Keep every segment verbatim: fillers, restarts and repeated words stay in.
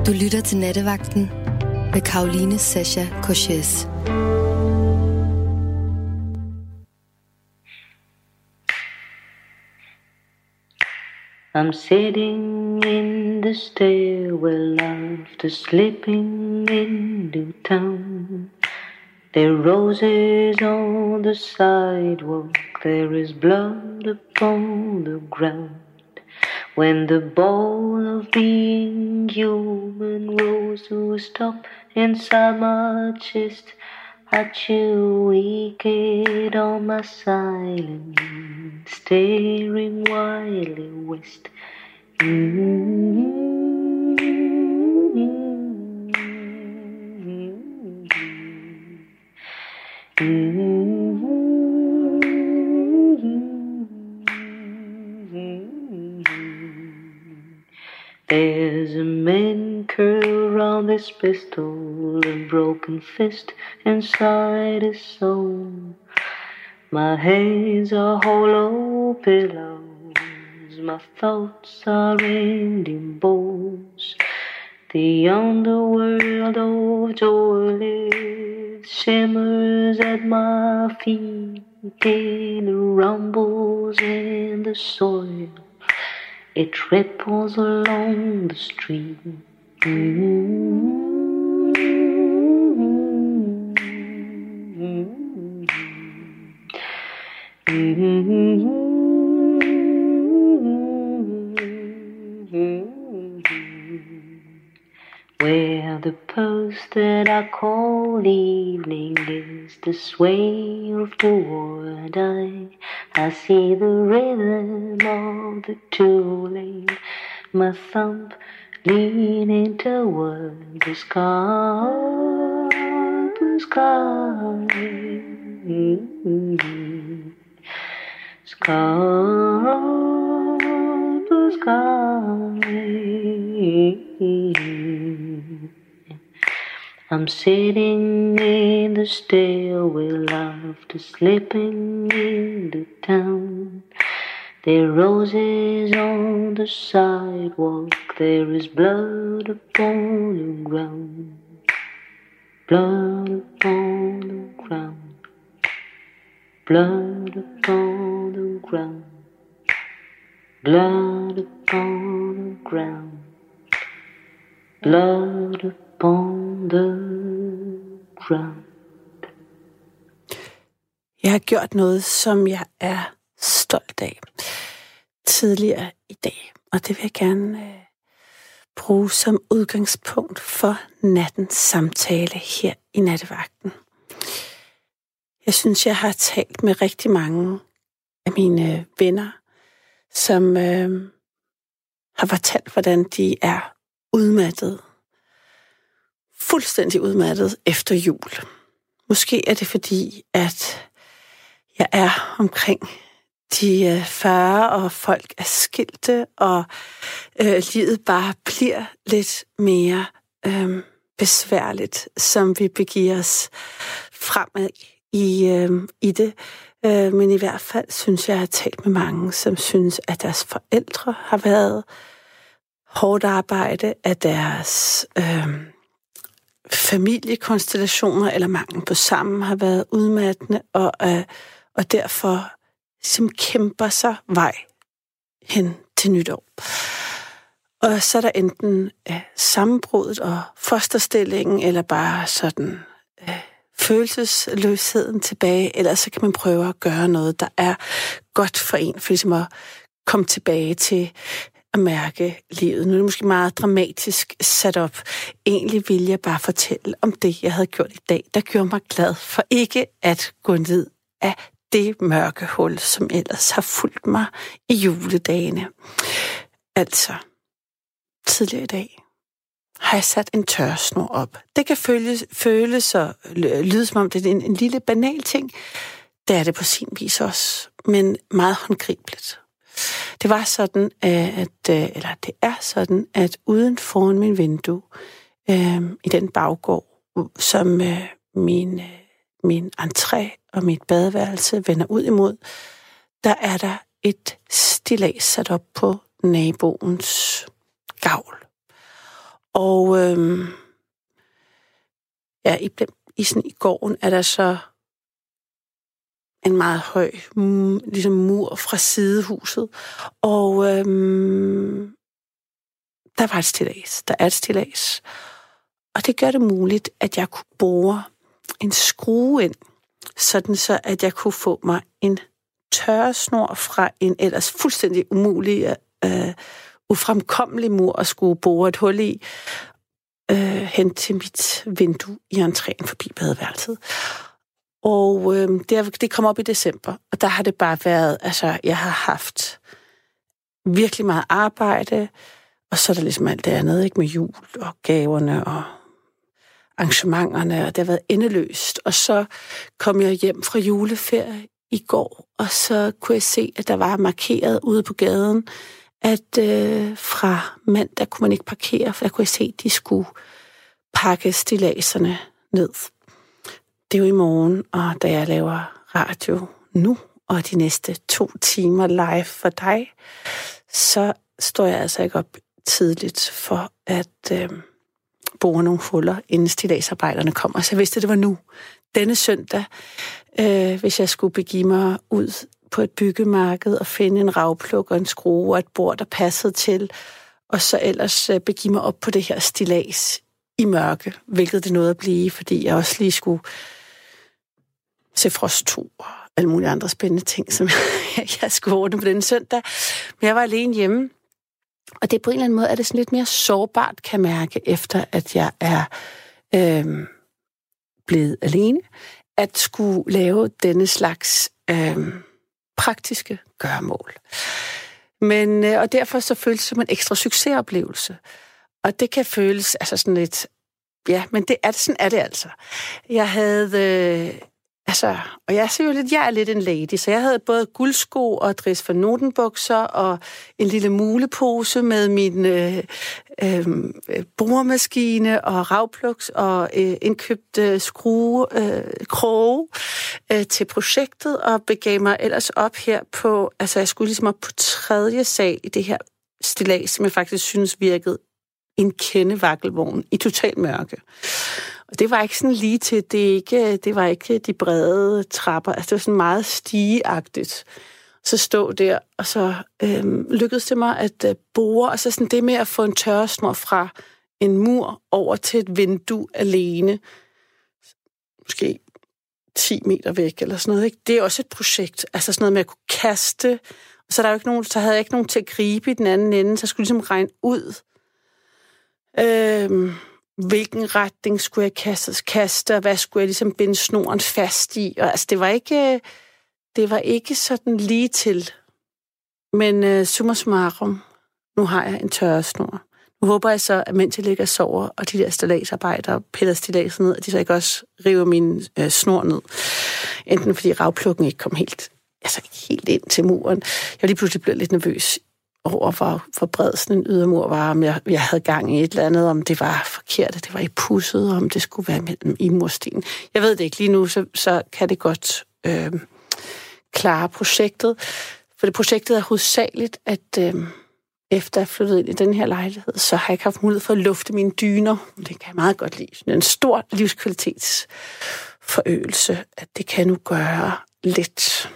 Du lytter til Nattevagten med Caroline Sascha Corchés. I'm sitting in the stairwell after slipping into town. There are roses on the sidewalk, there is blood upon the ground. When the ball of being human rose to a stop inside my chest, I chew wicked on my silence, staring wildly west. Mm-hmm. Mm-hmm. There's a man curled around this pistol, a broken fist inside his soul. My hands are hollow pillows, my thoughts are ending bones. The underworld of toilets shimmers at my feet, it rumbles in the soil. It ripples along the street. Mm-hmm. Mm-hmm. Where the post that I call evening is the sway of the ward, I, I see the rhythm of the two-lane, my thumb leaning toward the sky, the sky, mm-hmm. Sky, the sky. I'm sitting in the stairwell after slipping into town. There are roses on the sidewalk, there is blood upon the ground. Blood upon the ground. Blood upon the ground. Blood upon the ground. Blood upon the ground. Jeg har gjort noget, som jeg er stolt af tidligere i dag, og det vil jeg gerne øh, bruge som udgangspunkt for nattens samtale her i Nattevagten. Jeg synes, jeg har talt med rigtig mange af mine venner, som øh, har fortalt, hvordan de er udmattet. Fuldstændig udmattet efter jul. Måske er det fordi, at jeg er omkring de fyrre, og folk er skilte, og øh, livet bare bliver lidt mere øh, besværligt, som vi begiver os fremad i, øh, i det. Øh, men i hvert fald synes jeg, jeg har talt med mange, som synes, at deres forældre har været hårdt arbejde, at deres øh, familiekonstellationer eller mangel på sammen har været udmattende, og, øh, og derfor som kæmper sig vej hen til nytår. Og så er der enten øh, sammenbruddet og fosterstillingen, eller bare sådan øh, følelsesløsheden tilbage, eller så kan man prøve at gøre noget, der er godt for en, for ligesom at komme tilbage til at mærke livet. Nu er det måske meget dramatisk sat op. Egentlig ville jeg bare fortælle om det, jeg havde gjort i dag, der gjorde mig glad for ikke at gå ned af det mørke hul, som ellers har fulgt mig i juledagene. Altså, tidligere i dag har jeg sat en tørresnor op. Det kan føles, føles og lyde som om det er en, en lille banal ting. Det er det på sin vis også, men meget håndgribeligt. Det var sådan, at, eller det er sådan, at uden foran min vindue, øh, i den baggård, som øh, min, øh, min entré og mit badeværelse vender ud imod, der er der et stillads sat op på naboens gavl. Og øhm, ja, i, i, sådan, i gården er der så en meget høj mm, ligesom mur fra sidehuset. Og øhm, der var et stillads. Der er et stillads. Og det gør det muligt, at jeg kunne bore en skrue ind, sådan så, at jeg kunne få mig en tørresnor fra en ellers fuldstændig umulig, øh, ufremkommelig mur at skulle bore et hul i, øh, hen til mit vindue i entréen forbi badeværelset. Og øh, det, det kom op i december, og der har det bare været, altså jeg har haft virkelig meget arbejde, og så er der ligesom alt det andet, ikke, med jul og gaverne og arrangementerne, og det har været endeløst. Og så kom jeg hjem fra juleferie i går, og så kunne jeg se, at der var markeret ude på gaden, at øh, fra mandag kunne man ikke parkere, for der kunne jeg se, at de skulle pakke stilladserne ned. Det er jo i morgen, og da jeg laver radio nu, og de næste to timer live for dig, så står jeg altså ikke op tidligt for at øh, bore nogle huller, inden stilladsarbejderne kommer. Så jeg vidste, at det var nu, denne søndag, øh, hvis jeg skulle begive mig ud på et byggemarked og finde en ravpluk og en skrue og et bord, der passede til, og så ellers øh, begive mig op på det her stillads i mørke, hvilket det nåede at blive, fordi jeg også lige skulle se Frost to og alle mulige andre spændende ting, som jeg skulle ordne på den søndag. Men jeg var alene hjemme, og det på en eller anden måde er det sådan lidt mere sårbart, kan jeg mærke, efter at jeg er øh, blevet alene, at skulle lave denne slags øh, praktiske gøremål. Men, øh, og derfor så føles det som en ekstra succesoplevelse. Og det kan føles altså sådan lidt, ja, men det er, sådan er det altså. Jeg havde, øh, altså, og jeg siger jo lidt, jeg er lidt en lady, så jeg havde både guldsko og Dries van Noten bukser og en lille mulepose med min øh, øh, boremaskine og ravpluks og øh, indkøbt øh, skrue, øh, kroge øh, til projektet og begav mig ellers op her på, altså jeg skulle ligesom op på tredje sal i det her stillads, som jeg faktisk synes virkede en kende vakkelvogn i total mørke. Og det var ikke sådan lige til, det, ikke, det var ikke de brede trapper, altså det var sådan meget stigeagtigt. Så stå der, og så øhm, lykkedes det mig at øh, bore, og så sådan det med at få en tørresnor fra en mur over til et vindue alene, måske ti meter væk eller sådan noget, ikke? Det er også et projekt, altså sådan noget med at kunne kaste, og så, er der jo ikke nogen, så havde jeg ikke nogen til at gribe i den anden ende, så jeg skulle ligesom regne ud, Øhm, hvilken retning skulle jeg kaste, kaste, og hvad skulle jeg ligesom binde snoren fast i. Og, altså, det var ikke, det var ikke sådan lige til. Men uh, summa summarum, nu har jeg en tørresnor. Nu håber jeg så, at mens jeg ligger og sover, og de der stilladsarbejdere piller stilladset ned, at de så ikke også river min uh, snor ned. Enten fordi ravplukken ikke kom helt, altså ikke helt ind til muren. Jeg lige pludselig blev lidt nervøs over, hvor, hvor bred sådan en ydermur var, om jeg, jeg havde gang i et eller andet, om det var forkert, det var i pusset, om det skulle være mellem i mursten. Jeg ved det ikke lige nu, så, så kan det godt øh, klare projektet. For det projektet er hovedsageligt, at øh, efter jeg flyttede ind i den her lejlighed, så har jeg ikke haft mulighed for at lufte mine dyner. Det kan jeg meget godt lide. Sådan en stor livskvalitetsforøgelse, at det kan nu gøre lidt.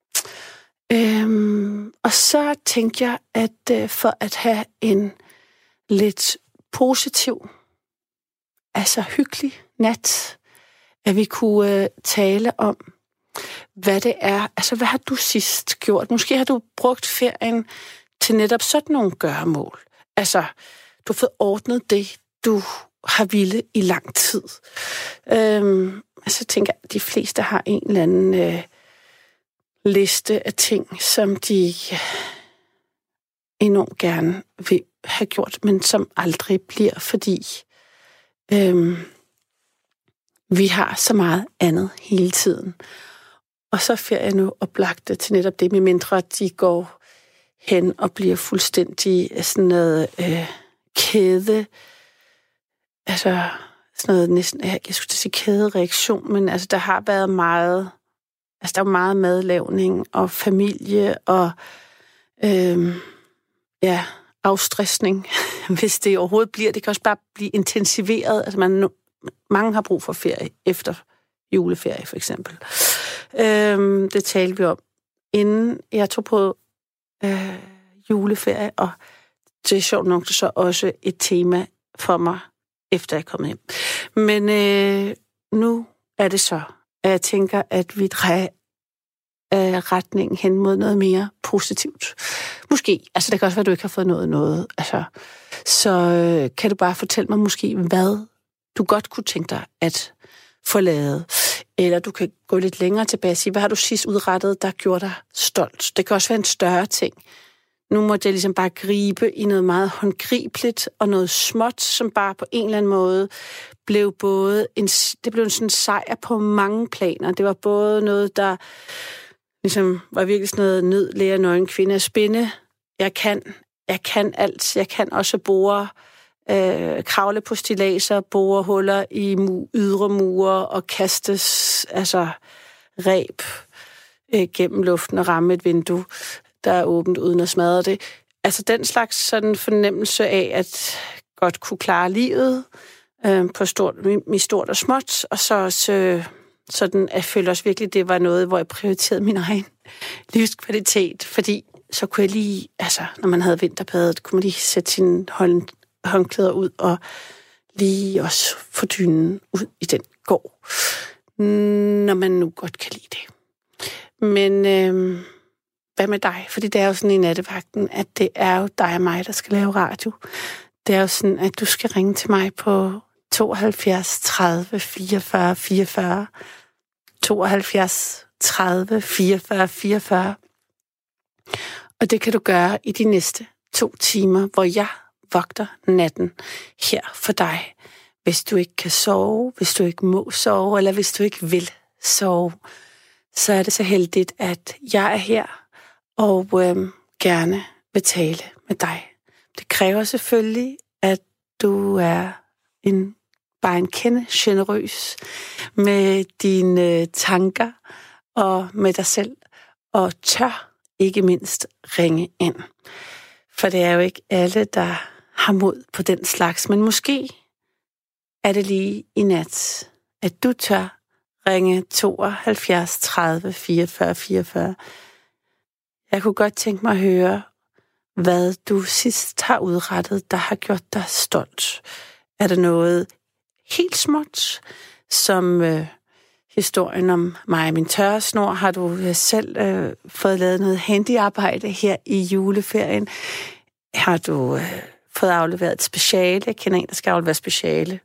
Øhm, og så tænkte jeg, at øh, for at have en lidt positiv, altså hyggelig nat, at vi kunne øh, tale om, hvad det er, altså hvad har du sidst gjort? Måske har du brugt ferien til netop sådan nogle gøremål. Altså, du har fået ordnet det, du har ville i lang tid. Øhm, altså tænker jeg, at de fleste har en eller anden øh, liste af ting, som de enormt gerne vil have gjort, men som aldrig bliver, fordi øhm, vi har så meget andet hele tiden. Og så får jeg nu oplagt til netop det, med mindre de går hen og bliver fuldstændig sådan noget øh, kæde, altså sådan noget næsten, jeg skulle til at sige kædereaktion, men altså der har været meget, altså der er meget madlavning og familie og øh, ja, afstressning, hvis det overhovedet bliver. Det kan også bare blive intensiveret. Altså man, mange har brug for ferie efter juleferie, for eksempel. Øhm, det talte vi om, inden jeg tog på øh, juleferie, og det er sjovt nok så også et tema for mig, efter jeg er kommet hjem. Men øh, nu er det så, at jeg tænker, at vi drejer øh, retningen hen mod noget mere positivt. Måske. Altså, det kan også være, at du ikke har fået noget noget. Altså, så øh, kan du bare fortælle mig måske, hvad du godt kunne tænke dig at få lavet. Eller du kan gå lidt længere tilbage og sige, hvad har du sidst udrettet, der gjorde dig stolt? Det kan også være en større ting. Nu måtte jeg ligesom bare gribe i noget meget håndgribeligt og noget småt, som bare på en eller anden måde blev både en, det blev en sådan sejr på mange planer. Det var både noget, der ligesom var virkelig sådan noget nød, lære nøgen kvinde at spinde. Jeg kan, jeg kan alt. Jeg kan også bore, øh, kravle på stillaser, bore huller i mu, ydre mure og kastes altså reb øh, gennem luften og ramme et vindue, der er åbent uden at smadre det. Altså den slags sådan fornemmelse af at godt kunne klare livet øh, på stort, i stort og småt, og så også øh, sådan, at jeg følte også virkelig, det var noget, hvor jeg prioriterede min egen livskvalitet, fordi så kunne jeg lige, altså når man havde vinterbadet, kunne man lige sætte sine hånd, håndklæder ud og lige også få dynen ud i den gård, når man nu godt kan lide det. Men øh, hvad med dig? Fordi det er jo sådan i nattevagten, at det er jo dig og mig, der skal lave radio. Det er jo sådan, at du skal ringe til mig på tooghalvfjerds tredive fireogfyrre fireogfyrre. tooghalvfjerds tredive fireogfyrre fireogfyrre. Og det kan du gøre i de næste to timer, hvor jeg vogter natten her for dig. Hvis du ikke kan sove, hvis du ikke må sove, eller hvis du ikke vil sove, så er det så heldigt, at jeg er her og øh, gerne vil tale med dig. Det kræver selvfølgelig, at du er en, bare en kende generøs med dine øh, tanker og med dig selv, og tør ikke mindst ringe ind. For det er jo ikke alle, der har mod på den slags, men måske er det lige i nat, at du tør ringe tooghalvfjerds tredive fireogfyrre fireogfyrre. Jeg kunne godt tænke mig at høre, hvad du sidst har udrettet, der har gjort dig stolt. Er der noget helt småt, som øh, historien om mig og min tørresnor? Har du øh, selv øh, fået lavet noget handyarbejde her i juleferien? Har du øh, fået afleveret et speciale? Jeg kender en, der skal aflevere speciale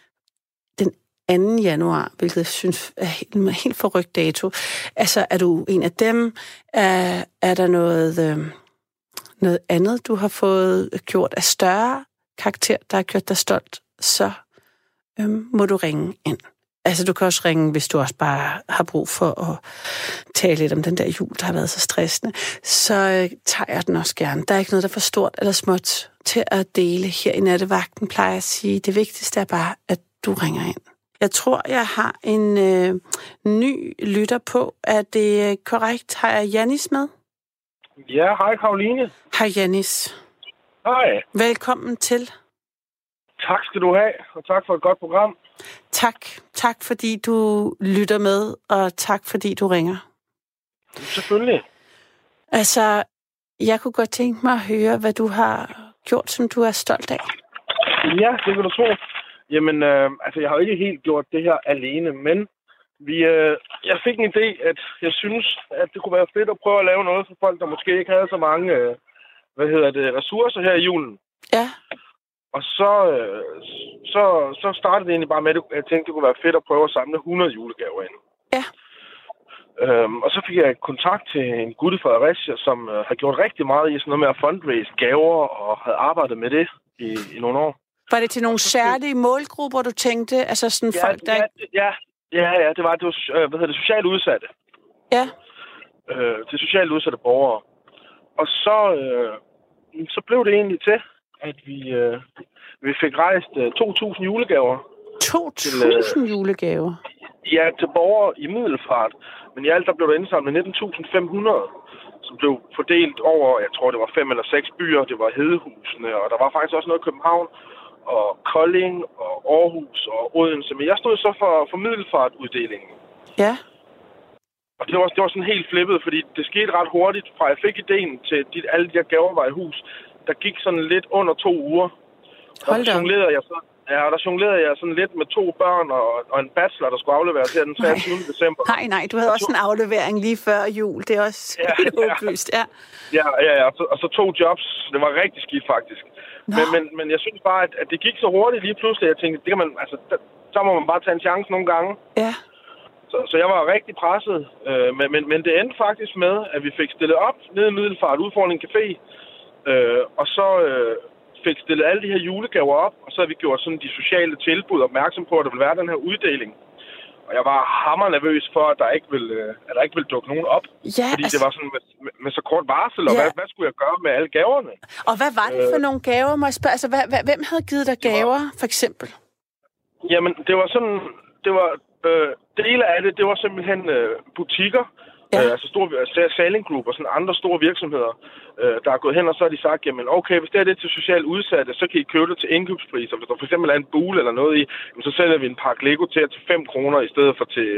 den anden januar, hvilket jeg synes er helt, helt forrygt dato. Altså, er du en af dem? Er, er der noget, øh, noget andet, du har fået gjort af større karakter, der har gjort dig stolt? Så øh, må du ringe ind. Altså, du kan også ringe, hvis du også bare har brug for at tale lidt om den der jul, der har været så stressende. Så øh, tager jeg den også gerne. Der er ikke noget, der er for stort eller småt til at dele her i nattevagten, plejer jeg at sige. Det vigtigste er bare, at du ringer ind. Jeg tror, jeg har en øh, ny lytter på. Er det korrekt? Har jeg Jannis med? Ja, hej Karoline. Hej Jannis. Hej. Velkommen til. Tak skal du have, og tak for et godt program. Tak. Tak fordi du lytter med, og tak fordi du ringer. Selvfølgelig. Altså, jeg kunne godt tænke mig at høre, hvad du har gjort, som du er stolt af. Ja, det kan du tro. Jamen, øh, altså jeg har jo ikke helt gjort det her alene, men vi, øh, jeg fik en idé, at jeg synes, at det kunne være fedt at prøve at lave noget for folk, der måske ikke havde så mange øh, hvad hedder det, ressourcer her i julen. Ja. Og så, øh, så, så startede det egentlig bare med, at jeg tænkte, det kunne være fedt at prøve at samle hundrede julegaver ind. Ja. Øhm, og så fik jeg kontakt til en gut i Fredericia, som øh, har gjort rigtig meget i sådan noget med at fundraise gaver, og havde arbejdet med det i, i nogle år. Var det til nogle særlige målgrupper, du tænkte? Altså sådan ja, folk, der... Ja, ja, ja, ja, det var, det var øh, hvad hedder det, socialt udsatte. Ja. Øh, til socialt udsatte borgere. Og så, øh, så blev det egentlig til, at vi, øh, vi fik rejst øh, to tusind julegaver. to tusind øh, julegaver? Ja, til borgere i Middelfart. Men i alt, der blev der indsamlet nitten tusind fem hundrede. som blev fordelt over, jeg tror det var fem eller seks byer. Det var Hedehusene, og der var faktisk også noget i København, og Kolding, og Aarhus, og Odense. Men jeg stod så for, for Middelfart-uddelingen. Ja. Og det var, det var sådan helt flippet, fordi det skete ret hurtigt, fra jeg fik ideen til de, alle de her gaver var i hus. Der gik sådan lidt under to uger. Hold da. Der jonglerede jeg så, ja, der jonglerede jeg sådan lidt med to børn og, og en bachelor, der skulle afleveres her den treogtyvende december. Nej, nej, du havde også en aflevering lige før jul. Det er også ja, håbløst, ja. Ja, ja, ja. Og så, og så to jobs. Det var rigtig skidt, faktisk. Men, men, men jeg synes bare, at, at det gik så hurtigt lige pludselig. Jeg tænkte, det kan man, altså, der, så må man bare tage en chance nogle gange. Ja. Så, så jeg var rigtig presset. Øh, men, men, men det endte faktisk med, at vi fik stillet op nede i Middelfart, Udfordring Café. Øh, og så øh, fik stillet alle de her julegaver op. Og så har vi gjort sådan de sociale tilbud opmærksom på, at der ville være den her uddeling. Og jeg var hammernervøs for, at der ikke ville, at der ikke ville dukke nogen op. Ja, fordi altså... det var sådan med, med, med så kort varsel, og ja. hvad, hvad skulle jeg gøre med alle gaverne? Og hvad var det for øh... nogle gaver, må jeg spørge? Altså, hvad, hvad, hvem havde givet dig gaver, for eksempel? Jamen, det var sådan... Det var... Øh, dele af det, det var simpelthen øh, butikker, ja. øh, altså store Salling Group og sådan andre store virksomheder, øh, der er gået hen, og så har de sagt, jamen okay, hvis det er det til socialt udsatte, så kan I købe det til indkøbspriser. Hvis der for eksempel er en bule eller noget i, jamen, så sælger vi en pakke Lego til til fem kroner i stedet for til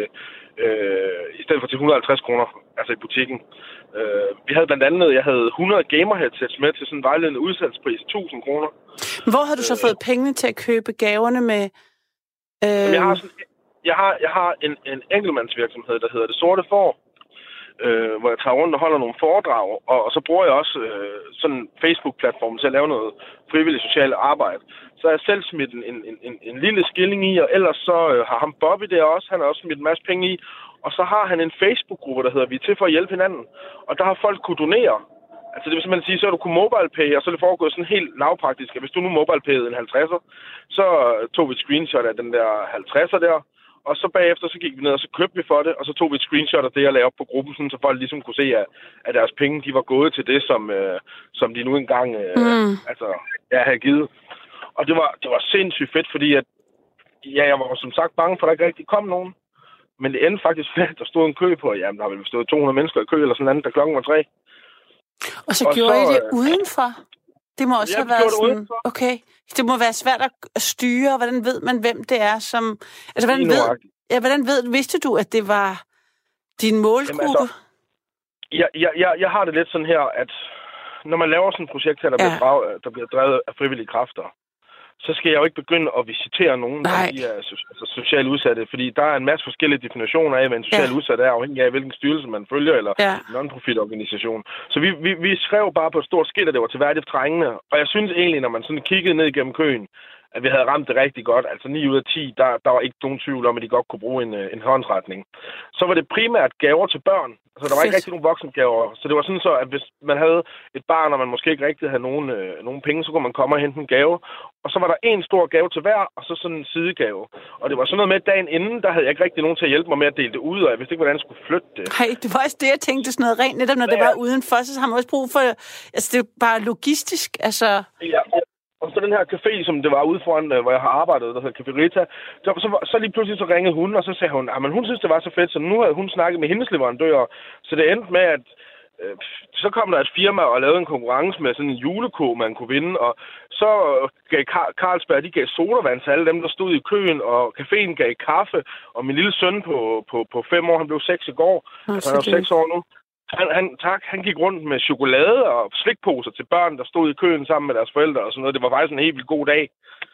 øh, i stedet for til et hundrede og halvtreds kroner, altså i butikken. Øh, vi havde blandt andet, jeg havde hundrede gamer headsets med til sådan en vejledende udsalgspris, tusind kroner. Hvor havde du så øh, fået pengene til at købe gaverne med? Øh... Jeg har sådan Jeg har, jeg har en, en enkeltmandsvirksomhed, der hedder Det Sorte Får, øh, hvor jeg tager rundt og holder nogle foredrag, og, og så bruger jeg også øh, sådan en Facebook-platform til at lave noget frivilligt socialt arbejde. Så har jeg selv smidt en, en, en, en lille skilling i, og ellers så øh, har ham Bobby der også, han har også smidt en masse penge i, og så har han en Facebook-gruppe, der hedder Vi er til for at hjælpe hinanden, og der har folk kunne donere. Altså det vil simpelthen sige, så er du kunne MobilePay, og så er det foregået sådan helt lavpraktisk, at hvis du nu MobilePayede en halvtredser, så tog vi et screenshot af den der halvtredser der, og så bagefter så gik vi ned, og så købte vi for det, og så tog vi et screenshot af det og lagde op på gruppen, sådan, så folk ligesom kunne se, at, at deres penge de var gået til det, som, øh, som de nu engang øh, mm. altså, ja, havde givet. Og det var, det var sindssygt fedt, fordi at, ja, jeg var som sagt bange for, at der ikke rigtig kom nogen. Men det endte faktisk med, at der stod en kø på, jamen der har vel stået to hundrede mennesker i kø, eller sådan noget, da klokken var tre. Og så og gjorde så, I det udenfor? Det må også ja, have været sådan, okay. Det må være svært at styre, hvordan ved man, hvem det er, som... Altså, hvordan ved, ja, hvordan ved, vidste du, at det var din målgruppe? Jamen, altså, jeg, jeg, jeg, jeg har det lidt sådan her, at når man laver sådan et projekt her, der, ja. bliver, drevet, der bliver drevet af frivillige kræfter, så skal jeg jo ikke begynde at visitere nogen, der er altså, socialt udsatte, fordi der er en masse forskellige definitioner af, hvad en social ja. udsat er, afhængig af, hvilken styrelse man følger, eller ja. non-profit organisation. Så vi, vi, vi skrev bare på et stort skilt, at det var til værdigt trængende, og jeg synes egentlig, når man sådan kiggede ned igennem køen, at vi havde ramt det rigtig godt. Altså ni ud af ti, der, der var ikke nogen tvivl om, at de godt kunne bruge en, en håndsretning. Så var det primært gaver til børn. Altså der var ikke rigtig nogen voksengaver. Så det var sådan så, at hvis man havde et barn, og man måske ikke rigtig havde nogen, øh, nogen penge, så kunne man komme og hente en gave. Og så var der en stor gave til hver, og så sådan en sidegave. Og det var sådan noget med, dagen inden, der havde jeg ikke rigtig nogen til at hjælpe mig med at dele det ud, og jeg vidste ikke, hvordan jeg skulle flytte det. Nej, det var også det, jeg tænkte sådan noget rent, netop når ja. det var udenfor, så har man også brug for, altså det er bare logistisk, altså... Ja, og så den her café, som det var ude foran, hvor jeg har arbejdet, der hedder Café Rita, så, så, så lige pludselig så ringede hun, og så sagde hun, at hun synes, det var så fedt, så nu havde hun snakket med hendes leverandører. Så det endte med, at øh, så kom der et firma og lavede en konkurrence med sådan en juleko, man kunne vinde, og så gav Carlsberg, de gav sodavand til alle dem, der stod i køen, og caféen gav kaffe, og min lille søn på, på, på fem år, han blev seks i går, oh, altså, han er jo seks år nu. Han, han, tak, han gik rundt med chokolade og slikposer til børn, der stod i køen sammen med deres forældre og sådan noget. Det var faktisk en helt vildt god dag.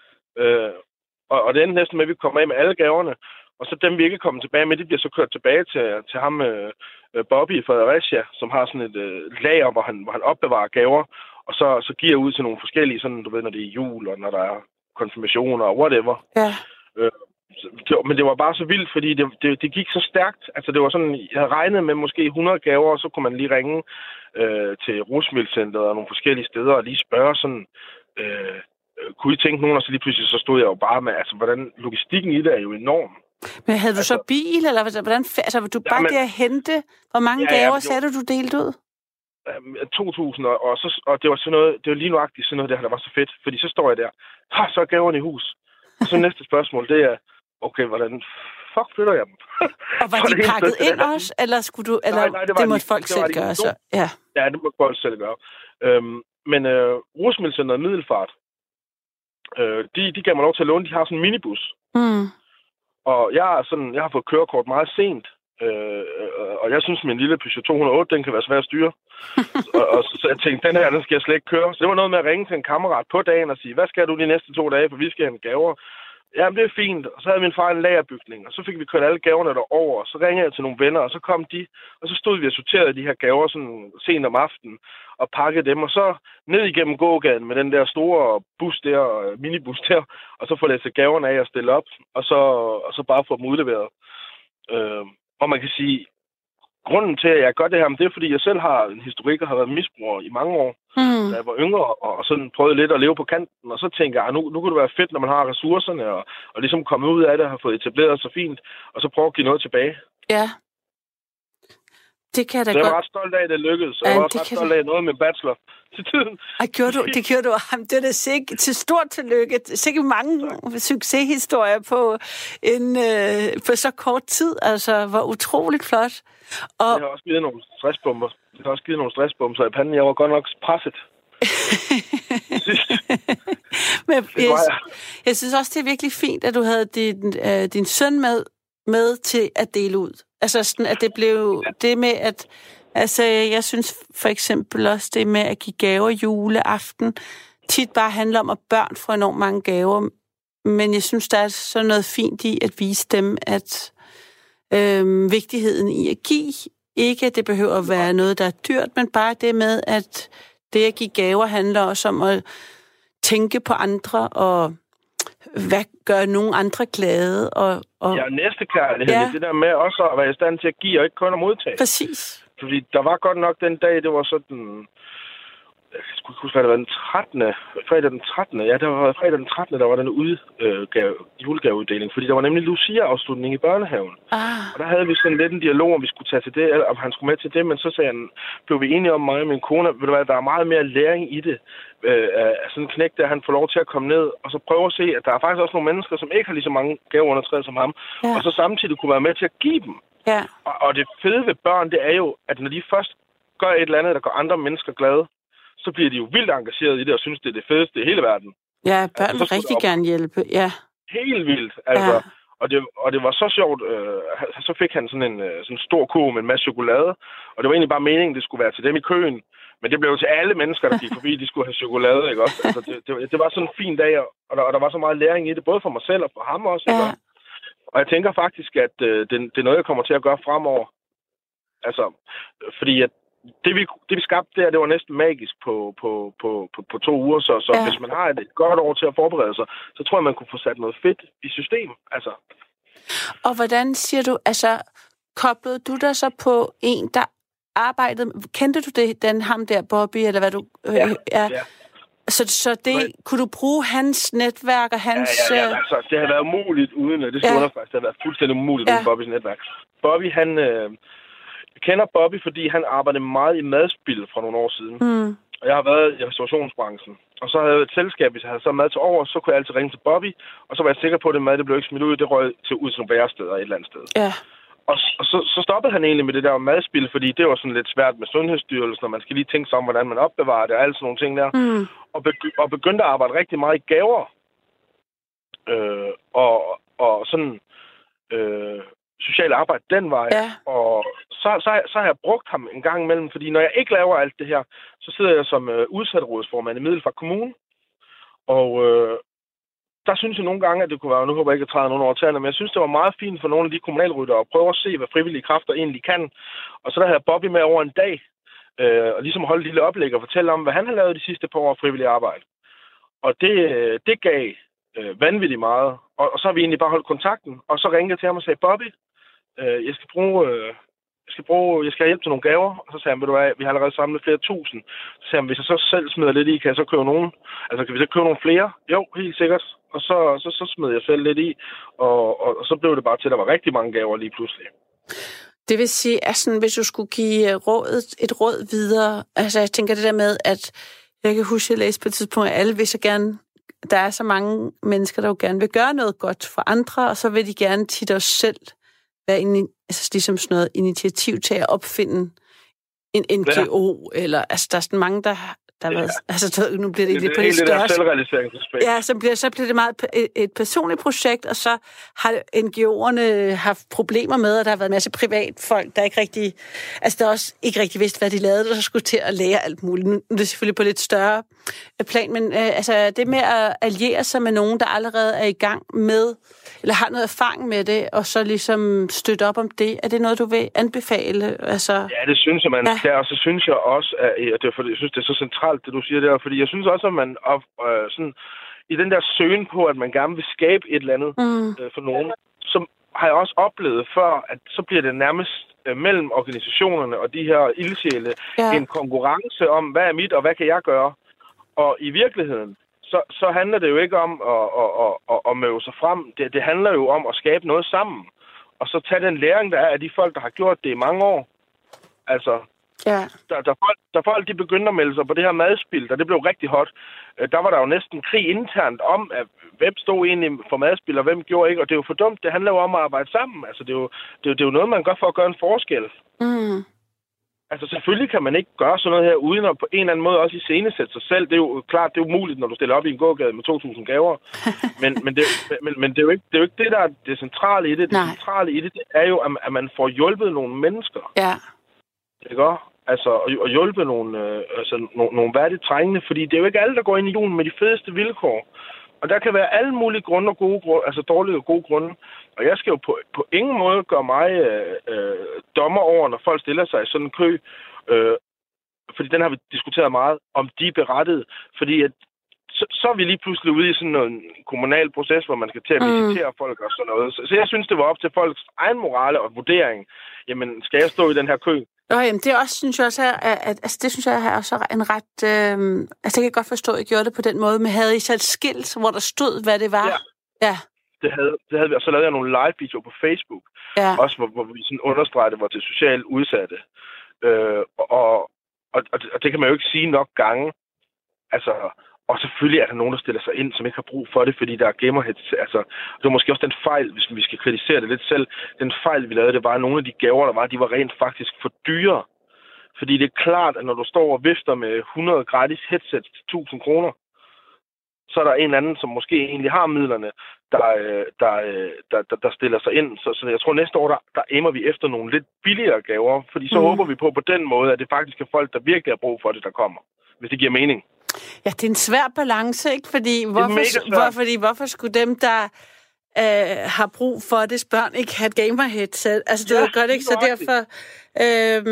Øh, og, og det endte næsten med, at vi kom af med alle gaverne. Og så dem, vi ikke kom tilbage med, de bliver så kørt tilbage til, til ham, øh, Bobby i Fredericia, som har sådan et øh, lager, hvor han, hvor han opbevarer gaver. Og så, så giver ud til nogle forskellige, sådan, du ved, når det er jul, og når der er konfirmationer og whatever. Ja. Øh, Men det var bare så vildt, fordi det, det, det gik så stærkt. Altså det var sådan, jeg havde regnet med måske hundrede gaver, og så kunne man lige ringe øh, til Rusmiddelcenteret og nogle forskellige steder og lige spørge sådan, øh, kunne I tænke nogen, og så lige pludselig så stod jeg jo bare med, altså hvordan logistikken i det er jo enorm. Men havde du altså, så bil, eller hvordan, altså var du bare ja, men, der at hente, hvor mange ja, gaver ja, sagde du, du delte ud? to tusind, og, og, så, og det var sådan noget, det var lige nuagtigt sådan noget, der, der var så fedt, fordi så står jeg der, så er gaverne i hus. Og så næste spørgsmål, det er, okay, hvordan fuck flytter jeg dem? Og var de pakket ind også, eller skulle du, eller nej, nej, det, det måtte de, folk det selv de, gøre så? Ja. ja, det måtte folk selv gøre. Øhm, men øh, Rusmiddelcenteret Middelfart, øh, de, de gav mig lov til at låne, de har sådan en minibus. Mm. Og jeg, er sådan, jeg har fået kørekort meget sent, øh, og jeg synes, min lille Peugeot to hundrede og otte, den kan være svær at styre. og, og så, så jeg tænkte, den her, den skal jeg slet ikke køre. Så det var noget med at ringe til en kammerat på dagen og sige, hvad skal du de næste to dage, for vi skal have gaver. Jamen, det er fint. Og så havde min far en lagerbygning, og så fik vi kørt alle gaverne derover, og så ringede jeg til nogle venner, og så kom de, og så stod vi og sorterede de her gaver sådan sent om aftenen, og pakkede dem, og så ned igennem gågaden med den der store bus der, minibus der, og så få læsset gaverne af og stille op, og så, og så bare få dem udleveret. Øh, og man kan sige, grunden til, at jeg gør det her, det er, fordi jeg selv har en historik og har været misbruger i mange år, mm. da jeg var yngre, og sådan prøvede lidt at leve på kanten, og så tænker jeg, nu, nu kunne det være fedt, når man har ressourcerne, og, og ligesom komme ud af det, og har fået etableret så fint, og så prøve at give noget tilbage. Ja. Det kan jeg da så godt. jeg var ret stolt af, at det lykkedes, og ja, jeg var også ret stolt af noget med bachelor til tiden. Ej, gjorde du, det gjorde du. Jamen, det er da sikkert til stort tillykke. Sikkert mange tak. Succeshistorier på, en, øh, på så kort tid. Altså, hvor utroligt flot. Og det har også givet nogle stressbomber. Det har også givet nogle stressbomber i panden. Jeg var godt nok presset. Men jeg, jeg. jeg synes også, det er virkelig fint, at du havde din, øh, din søn med, med til at dele ud. Altså sådan, at det blev det med, at altså, jeg synes for eksempel også det med at give gaver juleaften tit bare handler om, at børn får enormt mange gaver. Men jeg synes, der er sådan noget fint i at vise dem, at øhm, vigtigheden i at give, ikke at det behøver at være noget, der er dyrt, men bare det med, at det at give gaver handler også om at tænke på andre og hvad gør nogen andre glade? Og, og... Ja, næstekærlighed. Ja. Det der med også at være i stand til at give, og ikke kun at modtage. Præcis. Fordi der var godt nok den dag, det var sådan... Jeg skulle ikke huske, hvad det var den trettende Fredag den trettende Ja, det var fredag den trettende der var den udgave, julegaveuddeling. Fordi der var nemlig Lucia-afslutning i børnehaven. Ah. Og der havde vi sådan lidt en dialog, om vi skulle tage til det, eller om han skulle med til det. Men så sagde han, blev vi enige om, mig og min kone, ved du hvad, der er meget mere læring i det. Øh, sådan en knæk, der han får lov til at komme ned, og så prøve at se, at der er faktisk også nogle mennesker, som ikke har lige så mange gaver under træet som ham. Ja. Og så samtidig kunne være med til at give dem. Ja. Og, og det fede ved børn, det er jo, at når de først gør et eller andet, der gør andre mennesker glade, så bliver de jo vildt engageret i det, og synes, det er det fedeste i hele verden. Ja, børn vil altså, rigtig gerne hjælpe, ja. Helt vildt, altså. Ja. Og, det, og det var så sjovt, øh, så fik han sådan en, sådan en stor kurv med en masse chokolade, og det var egentlig bare meningen, det skulle være til dem i køen, men det blev jo til alle mennesker, der gik forbi, de skulle have chokolade, ikke også? Altså, det, det, det var sådan en fin dag, og der, og der var så meget læring i det, både for mig selv og for ham også, ikke? Ja. Og jeg tænker faktisk, at øh, det, det er noget, jeg kommer til at gøre fremover. Altså, fordi at Det vi, det, vi skabte der, det var næsten magisk på, på, på, på, på to uger. Så, så ja. Hvis man har et, et godt år til at forberede sig, så tror jeg, man kunne få sat noget fedt i system. Altså. Og hvordan siger du, altså, koblede du dig så på en, der arbejdede... Kendte du det, den ham der, Bobby, eller hvad du... Øh, ja, ja. ja. Så, så det, Men, kunne du bruge hans netværk og hans... Ja, ja, ja altså, det har været umuligt uden... Det skal ja. understreges, det har været fuldstændig umuligt ja. uden Bobbys netværk. Bobby, han... Øh, Jeg kender Bobby, fordi han arbejdede meget i madspil for nogle år siden. Mm. Og jeg har været i restaurationsbranchen. Og så havde jeg et selskab, hvis jeg havde så mad til over, så kunne jeg altid ringe til Bobby. Og så var jeg sikker på, at det mad, det blev ikke smidt ud. Det røg til ud til nogle væresteder et eller andet sted. Ja. Og, og så, så stoppede han egentlig med det der madspil, fordi det var sådan lidt svært med Sundhedsstyrelsen, og man skal lige tænke sig om, hvordan man opbevarer det og alle sådan nogle ting der. Mm. Og, begy- og begyndte at arbejde rigtig meget i gaver. Øh, og, og sådan... Øh, social arbejde den vej, ja. og så, så, så har jeg brugt ham en gang imellem, fordi når jeg ikke laver alt det her, så sidder jeg som øh, udsatterådsformand i Middelfart Kommune, og øh, der synes jeg nogle gange, at det kunne være, nu håber jeg ikke at træde nogen over tæerne, men jeg synes, det var meget fint for nogle af de kommunalryttere at prøve at se, hvad frivillige kræfter egentlig kan, og så der havde jeg Bobby med over en dag, øh, og ligesom holde et lille oplæg og fortælle om, hvad han har lavet de sidste par år af frivillig arbejde. Og det, det gav øh, vanvittigt meget, og, og så har vi egentlig bare holdt kontakten, og så ringede jeg til ham og sagde, Bobby, Jeg skal bruge, jeg skal bruge, jeg skal have hjælp til nogle gaver. Og så sagde han, ved du hvad, vi har allerede samlet flere tusind. Så sagde han, hvis jeg så selv smider lidt i, kan jeg så købe nogen? Altså, kan vi så købe nogle flere? Jo, helt sikkert. Og så, så, så smed jeg selv lidt i, og, og, og så blev det bare til, at der var rigtig mange gaver lige pludselig. Det vil sige, at sådan, hvis du skulle give rådet, et råd videre, altså jeg tænker det der med, at jeg kan huske, at jeg læste på et tidspunkt, at alle vil så gerne der er så mange mennesker, der jo gerne vil gøre noget godt for andre, og så vil de gerne tit også selv være inde, altså ligesom sådan noget initiativ til at opfinde en N G O, ja. Eller altså der er sådan mange, der der ja. Været, altså nu bliver det, det lidt på det største. Ja, så bliver, så bliver det meget et, et personligt projekt, og så har N G O'erne haft problemer med, og der har været en masse privatfolk, der ikke rigtig, altså der også ikke rigtig vidste, hvad de lavede, og så skulle til at lære alt muligt. Nu er det selvfølgelig på lidt større plan, men øh, altså det med at alliere sig med nogen, der allerede er i gang med, eller har noget erfaring med det, og så ligesom støtte op om det, er det noget, du vil anbefale? Altså, ja, det synes jeg, man ja. skal, og så synes jeg også, at det er, fordi, jeg synes, det er så centralt, det du siger der, fordi jeg synes også, at man op, øh, sådan, i den der søgen på, at man gerne vil skabe et eller andet mm. øh, for nogen, så har jeg også oplevet før, at så bliver det nærmest øh, mellem organisationerne og de her ildsjæle ja. en konkurrence om, hvad er mit, og hvad kan jeg gøre? Og i virkeligheden, så, så handler det jo ikke om at, at, at, at, at møve sig frem. Det, det handler jo om at skabe noget sammen. Og så tage den læring, der er af de folk, der har gjort det i mange år. Altså, ja. der, der, folk, der folk de begyndte at melde sig på det her madspil, og det blev rigtig hot. Der var der jo næsten krig internt om, at hvem stod egentlig for madspil, og hvem gjorde ikke. Og det er jo for dumt. Det handler jo om at arbejde sammen. Altså, det er jo, det er jo, det er jo noget, man gør for at gøre en forskel. Mm. Altså, selvfølgelig kan man ikke gøre sådan noget her, uden at på en eller anden måde også iscenesætte sig selv. Det er jo klart, det er umuligt, når du stiller op i en gågade med to tusind gaver. men, men, det, men, men det, er jo ikke, det er jo ikke det, der er det centrale i det. Det Nej. centrale i det, det er jo, at man får hjulpet nogle mennesker. Ja. Ikke også? Altså, og hjulpe nogle, øh, altså, nogle, nogle værdigt trængende, fordi det er jo ikke alle, der går ind i julen med de fedeste vilkår. Og der kan være alle mulige grunde og gode grunde, altså dårlige og gode grunde. Og jeg skal jo på, på ingen måde gøre mig øh, øh, dommer over, når folk stiller sig i sådan en kø. Øh, fordi den har vi diskuteret meget, om de er berettiget. Fordi at, så, så er vi lige pludselig ude i sådan en kommunal proces, hvor man skal til at visitere mm. folk og sådan noget. Så, så jeg synes, det var op til folks egen morale og vurdering. Jamen, skal jeg stå i den her kø? Nå, jamen, det også, synes jeg også, at, at altså, det synes jeg er også en ret... Øh, altså, jeg kan godt forstå, at I gjorde det på den måde, men havde I så et skilt, hvor der stod, hvad det var? Ja. Ja. Det havde, det havde vi, og så lavede jeg nogle live-videoer på Facebook, ja. Også hvor, hvor vi sådan understregede, det var til socialt udsatte. Øh, og, og, og det kan man jo ikke sige nok gange. Altså, og selvfølgelig er der nogen, der stiller sig ind, som ikke har brug for det, fordi der er gamerheads. Altså, det var måske også den fejl, hvis vi skal kritisere det lidt selv. Den fejl, vi lavede, det var, at nogle af de gaver, der var, de var rent faktisk for dyre. Fordi det er klart, at når du står og vifter med hundrede gratis headsets til tusind kroner, så er der en eller anden, som måske egentlig har midlerne, der, der, der, der, der stiller sig ind. Så, så jeg tror, næste år, der, der aimer vi efter nogle lidt billigere gaver, fordi så mm. håber vi på på den måde, at det faktisk er folk, der virkelig har brug for det, der kommer. Hvis det giver mening. Ja, det er en svær balance, ikke? Fordi hvorfor, hvor, fordi hvorfor skulle dem, der øh, har brug for det, børn ikke have et gamer-headset? Altså, det ja, er godt, ikke? Så derfor øh,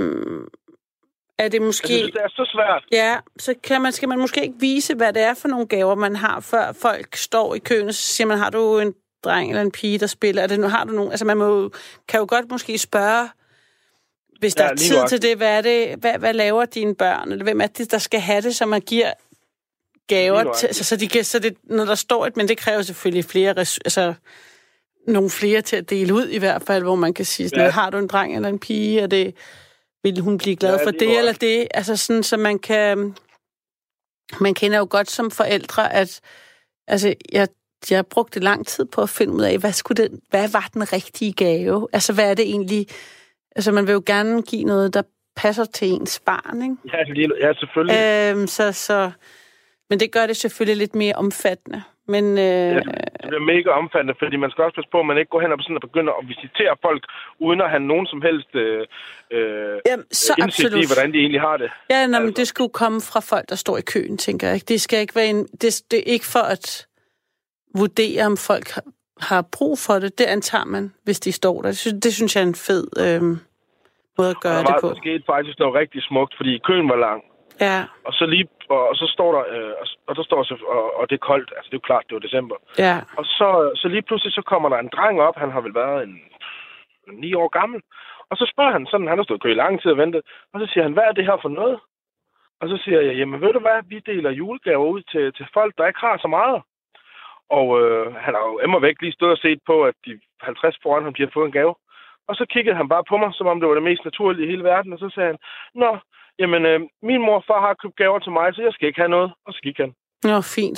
er det måske... Jeg synes, det er så svært. Ja, så kan man, skal man måske ikke vise, hvad det er for nogle gaver, man har, før folk står i køen, og så siger man, har du en dreng eller en pige, der spiller? Er det nu, har du nogen? Altså, man må, kan jo godt måske spørge... Hvis der ja, er tid nok. Til det, hvad er det, hvad, hvad laver dine børn, eller hvem er det, der skal have det, så man giver gaver til, så, så, de kan, så det, når der står et, men det kræver selvfølgelig flere, altså nogle flere til at dele ud i hvert fald, hvor man kan sige, sådan, ja. Har du en dreng eller en pige, og det, vil hun blive glad ja, for det, eller det, altså sådan, så man kan, man kender jo godt som forældre, at, altså, jeg, jeg brugte lang tid på at finde ud af, hvad skulle det, hvad var den rigtige gave, altså, hvad er det egentlig. Altså, man vil jo gerne give noget, der passer til ens barn, ikke? Ja, ja selvfølgelig. Øhm, så, så, men det gør det selvfølgelig lidt mere omfattende. Men, øh, ja, det bliver mega omfattende, fordi man skal også passe på, at man ikke går hen og sådan og begynder at visitere folk, uden at have nogen som helst øh, Jamen, så indsigt absolut. i, hvordan de egentlig har det. Ja, nå, altså. Men det skulle komme fra folk, der står i køen, tænker jeg. Det skal ikke være en, det, det er ikke for at vurdere, om folk har, har brug for det. Det antager man, hvis de står der. Det synes, det synes jeg er en fed øh, måde at gøre det på. Der skete faktisk noget rigtig smukt, fordi køen var lang. Ja. Og så lige og, og så står der øh, og der står så og, og det er koldt, altså det er jo klart, det var december. Ja. Og så så lige pludselig så kommer der en dreng op, han har vel været en ni år gammel. Og så spørger han sådan, han har stået kø i lang tid og ventet, og så siger han, hvad er det her for noget? Og så siger jeg, jamen ved du hvad, vi deler julegaver ud til til folk, der ikke har så meget. Og øh, han har jo emmer væk lige stået og set på, at de halvtreds foran ham, de har fået en gave. Og så kiggede han bare på mig, som om det var det mest naturlige i hele verden, og så sagde han, nå, jamen, øh, min mor og far har købt gaver til mig, så jeg skal ikke have noget. Og så gik han. Nå, fint.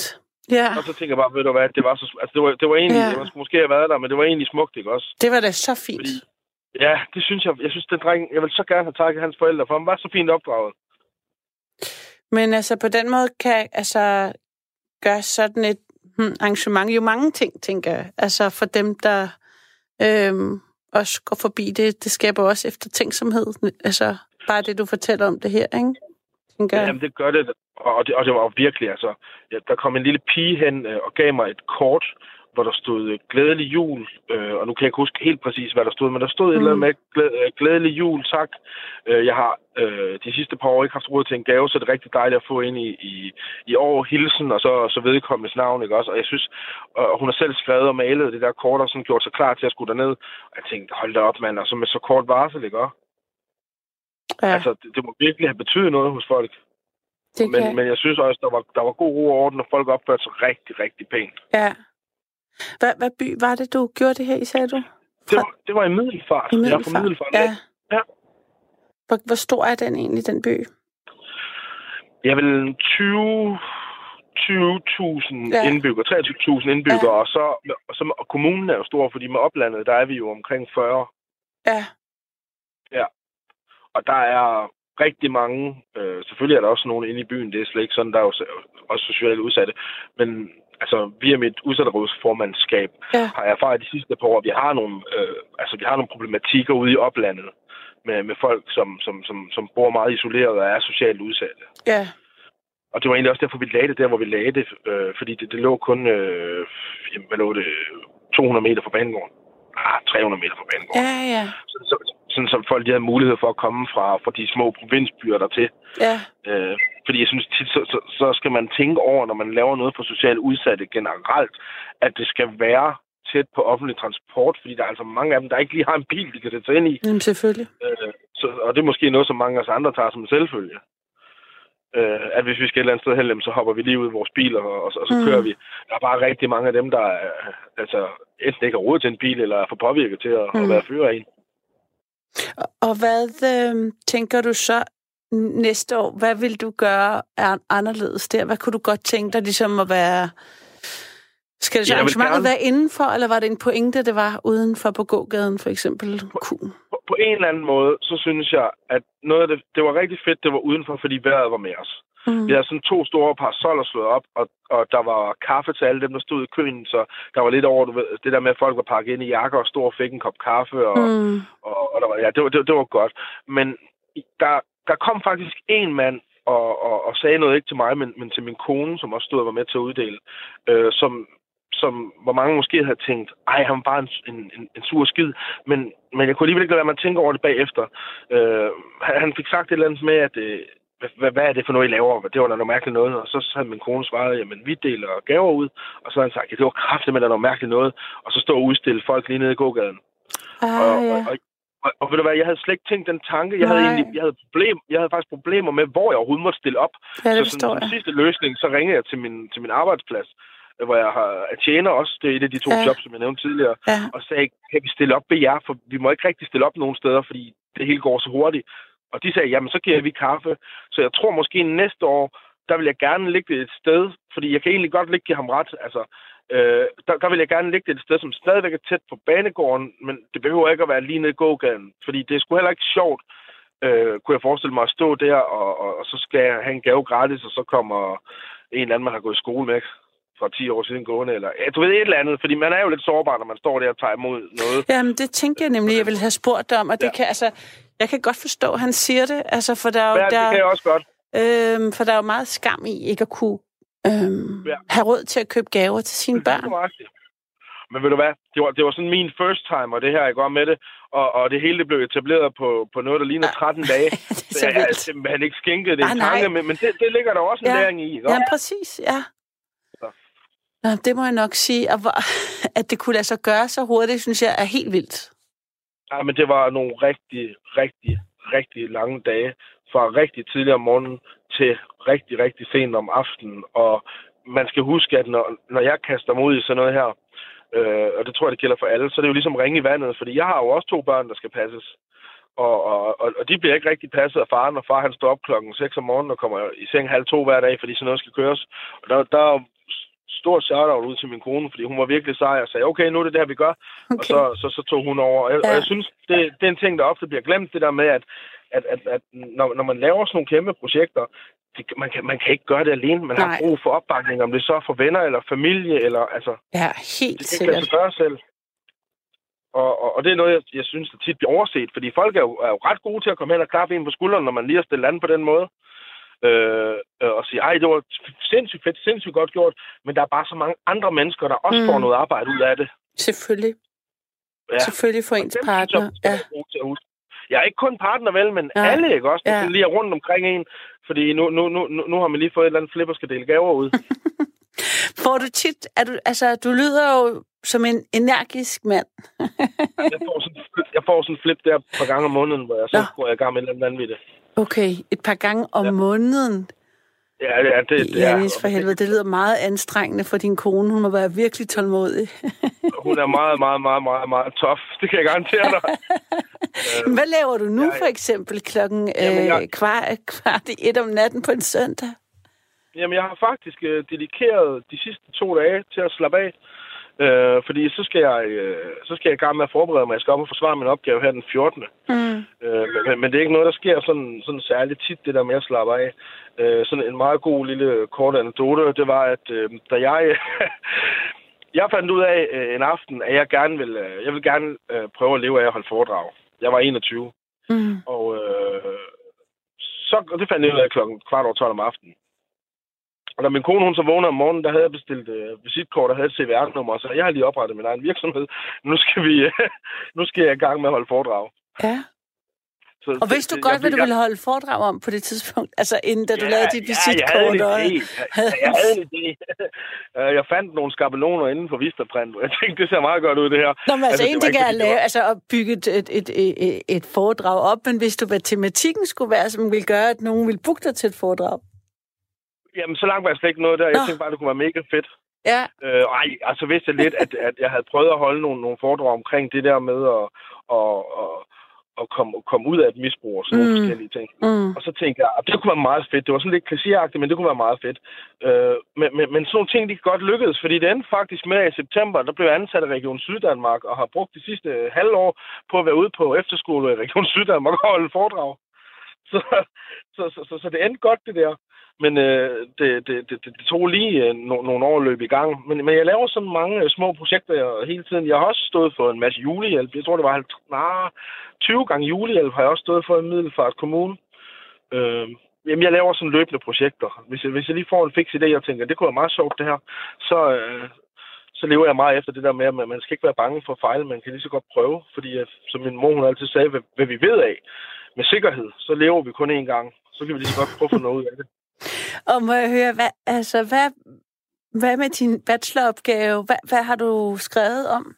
Ja. Og så tænker jeg bare, ved du hvad, det var så... Altså, det var, det var egentlig... Ja. Man skulle måske have været der, men det var egentlig smukt, ikke også? Det var da så fint. Fordi, ja, det synes jeg... Jeg synes, den dreng... Jeg vil så gerne have takket hans forældre, for han var så fint opdraget. Men altså, på den måde kan altså gøre sådan et hmm, arrangement jo mange ting, tænker jeg. Altså, for dem, der øhm, også går forbi det, det skaber også eftertænksomhed. Altså, bare det, du fortæller om det her, ikke? Tænker jeg. Jamen, det gør det. Og det, og det var virkelig, altså... Ja, der kom en lille pige hen øh, og gav mig et kort, hvor der stod øh, glædelig jul, øh, og nu kan jeg ikke huske helt præcis, hvad der stod, men der stod mm. et eller andet med glæ- glædelig jul, tak. Øh, jeg har øh, de sidste par år ikke haft råd til en gave, så det er rigtig dejligt at få ind i, i, i år hilsen, og så, så vedkommendes navn, ikke også? Og jeg synes, og hun har selv skrevet og malet det der kort, og sådan gjort sig klar til at skulle derned. Og jeg tænkte, hold da op, mand, og så med så kort varsel, ikke også? Ja. Altså, det, det må virkelig have betydet noget hos folk. Men, kan... men jeg synes også, der var, der var god ro og orden, og folk opførte sig rigtig, rigtig pænt. Ja. Hvad, hvad by var det, du gjorde det her i, sagde du? Fra... Det, var, det var i Middelfart. I Middelfart? Jeg er fra Middelfart. Ja. ja. Hvor, hvor stor er den egentlig, den by? Jeg er vel tyve tusind ja. indbyggere, treogtyve tusind indbyggere, ja. og, så, og, så, og kommunen er jo stor, fordi med oplandet, der er vi jo omkring fyrre. Ja. Ja. Og der er rigtig mange, øh, selvfølgelig er der også nogen inde i byen, det er slet ikke sådan, der er jo også socialt udsatte, men altså via mit udsatterådsformandskab ja. har jeg erfaret de sidste par år, at vi har nogle, øh, altså, vi har nogle problematikker ude i oplandet med, med folk, som, som, som, som bor meget isoleret og er socialt udsatte. Ja. Og det var egentlig også derfor, vi lagde det der, hvor vi lagde det, øh, fordi det, det lå kun øh, jamen, hvad lå det, to hundrede meter fra banegården. Ah, tre hundrede meter fra banegården. Ja, ja. Så, så, sådan som folk de havde mulighed for at komme fra, fra de små provinsbyer dertil. Ja. Øh, fordi jeg synes tit, så, så, så skal man tænke over, når man laver noget for socialt udsatte generelt, at det skal være tæt på offentlig transport, fordi der er altså mange af dem, der ikke lige har en bil, de kan sætte sig ind i. Jamen selvfølgelig. Øh, så, og det er måske noget, som mange af os andre tager som en selvfølge. Øh, at hvis vi skal et eller andet sted hen, så hopper vi lige ud i vores biler, og, og, og så mm. kører vi. Der er bare rigtig mange af dem, der er, altså, enten ikke har råd til en bil, eller er for påvirket til at, mm. at være fører af en. Og, og hvad øh, tænker du så næste år? Hvad vil du gøre anderledes der? Hvad kunne du godt tænke dig ligesom at være... Skal det så arrangementet gerne... være indenfor, eller var det en pointe, det var udenfor på gågaden for eksempel? På, på, på en eller anden måde, så synes jeg, at noget af det, det var rigtig fedt, det var udenfor, fordi vejret var med os. Mm. Vi havde sådan to store parasoller slået op, og, og der var kaffe til alle dem, der stod i køen, så der var lidt over, du ved, det der med, at folk var pakket ind i jakker og stod og fik en kop kaffe, og, mm. og, og der var, ja, det var, det, det var godt. Men der, der kom faktisk en mand, og, og, og sagde noget ikke til mig, men, men til min kone, som også stod og var med til at uddele, øh, som... som hvor mange måske havde tænkt, ej, han var bare en, en, en, en sur skid, men, men jeg kunne alligevel ikke lade være med at tænke over det bagefter. Øh, han fik sagt et eller andet med, at øh, hvad, hvad er det for noget, I laver? Det var noget mærkeligt noget, og så havde min kone svaret, jamen, vi deler gaver ud, og så havde han sagt, ja, det var kraftigt, men der var noget mærkeligt noget, og så stå og udstille folk lige nede i gågaden. Ah, og, ja. og, og, og, og ved du hvad, jeg havde slet ikke tænkt den tanke, jeg havde, egentlig, jeg havde, problem, jeg havde faktisk problemer med, hvor jeg overhovedet måtte stille op. Ja, det så sådan, som sidste løsning, så ringede jeg til min, til min arbejdsplads, hvor jeg har tjener også, det er et af de to ja. jobs, som jeg nævnte tidligere, ja. og sagde, kan vi stille op ved jer, for vi må ikke rigtig stille op nogen steder, fordi det hele går så hurtigt. Og de sagde, jamen så giver vi kaffe. Så jeg tror måske næste år, der vil jeg gerne lægge det et sted, fordi jeg kan egentlig godt ikke give ham ret. Altså, øh, der, der vil jeg gerne lægge det et sted, som stadigvæk er tæt på banegården, men det behøver ikke at være lige nede i gågaden, fordi det er sgu heller ikke sjovt, øh, kunne jeg forestille mig at stå der, og, og, og så skal jeg have en gave gratis, og så kommer en eller anden, man har gået i skole med, for ti år siden gående, eller ja, du ved et eller andet, fordi man er jo lidt sårbar, når man står der og tager imod noget. Jamen, det tænker jeg nemlig, jeg ville have spurgt dig om, og det ja. kan, altså, jeg kan godt forstå, at han siger det, altså, for der er jo, ja, der, det kan jeg også godt. Øhm, for der er jo meget skam i ikke at kunne øhm, ja. have råd til at købe gaver til sine børn. Men ved du hvad, det var, det var sådan min first time, og det her, jeg går med det, og, og det hele det blev etableret på, på noget, der ligner tretten dage. Det så, så jeg har simpelthen ikke skænket det i tanke, men, men det, det ligger der også en ja. læring i. Ikke? Ja, præcis, ja. Nå, det må jeg nok sige, at det kunne lade sig gøre så hurtigt, synes jeg er helt vildt. Ja, men det var nogle rigtig, rigtig, rigtig lange dage, fra rigtig tidligere om morgenen til rigtig, rigtig sent om aftenen. Og man skal huske, at når, når jeg kaster mig ud i sådan noget her, øh, og det tror jeg, det gælder for alle, så er det jo ligesom ringe i vandet, fordi jeg har jo også to børn, der skal passes. Og, og, og de bliver ikke rigtig passet af faren, og far han står op klokken seks om morgenen og kommer i seng halv to hver dag, fordi sådan noget skal køres. Og der, der stort shout-out ud til min kone, fordi hun var virkelig sej og sagde, okay, nu er det det her, vi gør. Okay. Og så, så, så tog hun over. Og jeg, ja. og jeg synes, det, det er en ting, der ofte bliver glemt, det der med, at, at, at, at når, når man laver sådan nogle kæmpe projekter, det, man, kan, man kan ikke gøre det alene. Man Nej. har brug for opbakning, om det så er for venner eller familie, eller altså... Ja, helt det, sikkert. Det kan gøre selv. Og, og, og det er noget, jeg, jeg synes, der tit bliver overset, fordi folk er jo, er jo ret gode til at komme hen og klappe en på skulderen, når man lige har stillet an på den måde. Øh, og sige, ej, det var sindssygt fedt, sindssygt godt gjort, men der er bare så mange andre mennesker, der også mm. får noget arbejde ud af det. Selvfølgelig. Ja. Selvfølgelig for ens dem, partner. Så, ja. Jeg er ikke kun partner, vel, men ja. alle, ikke også? Der ja. lige er rundt omkring en, fordi nu, nu, nu, nu har man lige fået et eller andet flip og skal dele gaver ud. Får du tit, er du, altså, du lyder jo som en energisk mand. jeg, får sådan, jeg får sådan en flip der et par gange om måneden, hvor jeg så Nå. går jeg i gang med et eller andet vanvittigt. Okay, et par gange om ja. måneden. Ja, ja, det, det er... Janis, for helvede, det lyder meget anstrengende for din kone. Hun må være virkelig tålmodig. Hun er meget, meget, meget, meget, meget tough. Det kan jeg garantere dig. Hvad laver du nu, ja, ja. for eksempel klokken Jamen, jeg... øh, kvart, kvart i et om natten på en søndag? Jamen, jeg har faktisk øh, dedikeret de sidste to dage til at slappe af. Øh, fordi så skal, jeg, øh, så skal jeg i gang med at forberede mig. Jeg skal op og forsvare min opgave her den fjortende Mm. Øh, men, men det er ikke noget, der sker sådan, sådan særligt tit, det der med at slappe af. Øh, sådan en meget god lille kort anekdote, det var, at øh, da jeg... jeg fandt ud af øh, en aften, at jeg gerne vil, øh, jeg vil gerne øh, prøve at leve af at holde foredrag. Jeg var enogtyve Mm. Og øh, så, det fandt jeg ud af klokken kvart over tolv om aftenen. Og da min kone, hun så vågnede om morgenen, der havde jeg bestilt uh, visitkort og havde et C V R-nummer, så jeg har lige oprettet min egen virksomhed. Nu skal vi, uh, nu skal jeg i gang med at holde foredrag. Ja. Så, og vidste du det, godt, hvad du ville holde foredrag om på det tidspunkt? Altså inden, da du ja, lavede dit visitkort? Ja, jeg havde en idé. Jeg, jeg havde en idé. Jeg fandt nogle skabeloner inden for Vistaprint, og jeg tænkte, det ser meget godt ud, det her. Nå, men altså, altså en ting er at lave, altså at bygge et, et, et, et, et foredrag op, men hvis du, hvad tematikken skulle være, som ville gøre, at nogen ville booke dig til et foredrag? Jamen, så langt var jeg slet ikke noget der. Jeg Nå. tænkte bare, det kunne være mega fedt. Ja. Øh, ej, altså vidste jeg lidt, at, at jeg havde prøvet at holde nogle, nogle foredrag omkring det der med at, at, at, at komme, komme ud af et misbrug og sådan mm. nogle forskellige ting. Mm. Og så tænkte jeg, at det kunne være meget fedt. Det var sådan lidt klichéagtigt, men det kunne være meget fedt. Øh, men, men, men sådan nogle ting, de godt lykkedes, fordi det endte faktisk med, at i september, der blev jeg ansat i Region Syddanmark og har brugt de sidste halve år på at være ude på efterskole i Region Syddanmark og holde foredrag. Så, så, så, så, så det endte godt, det der. Men øh, det, det, det, det tog lige øh, no, nogle år løb i gang. Men, men jeg laver sådan mange øh, små projekter hele tiden. Jeg har også stået for en masse julehjælp. Jeg tror, det var nah, tyve gange julehjælp har jeg også stået for i Middelfart Kommune. Øh, jamen, jeg laver sådan løbende projekter. Hvis jeg, hvis jeg lige får en fix idé og tænker, det kunne være meget sjovt det her, så, øh, så lever jeg meget efter det der med, at man skal ikke være bange for at fejle. Man kan lige så godt prøve. Fordi, øh, som min mor hun altid sagde, hvad, hvad vi ved af med sikkerhed, så lever vi kun én gang. Så kan vi lige så godt prøve at få noget ud af det. Og må jeg høre, hvad, altså, hvad, hvad med din bacheloropgave? Hvad, hvad har du skrevet om?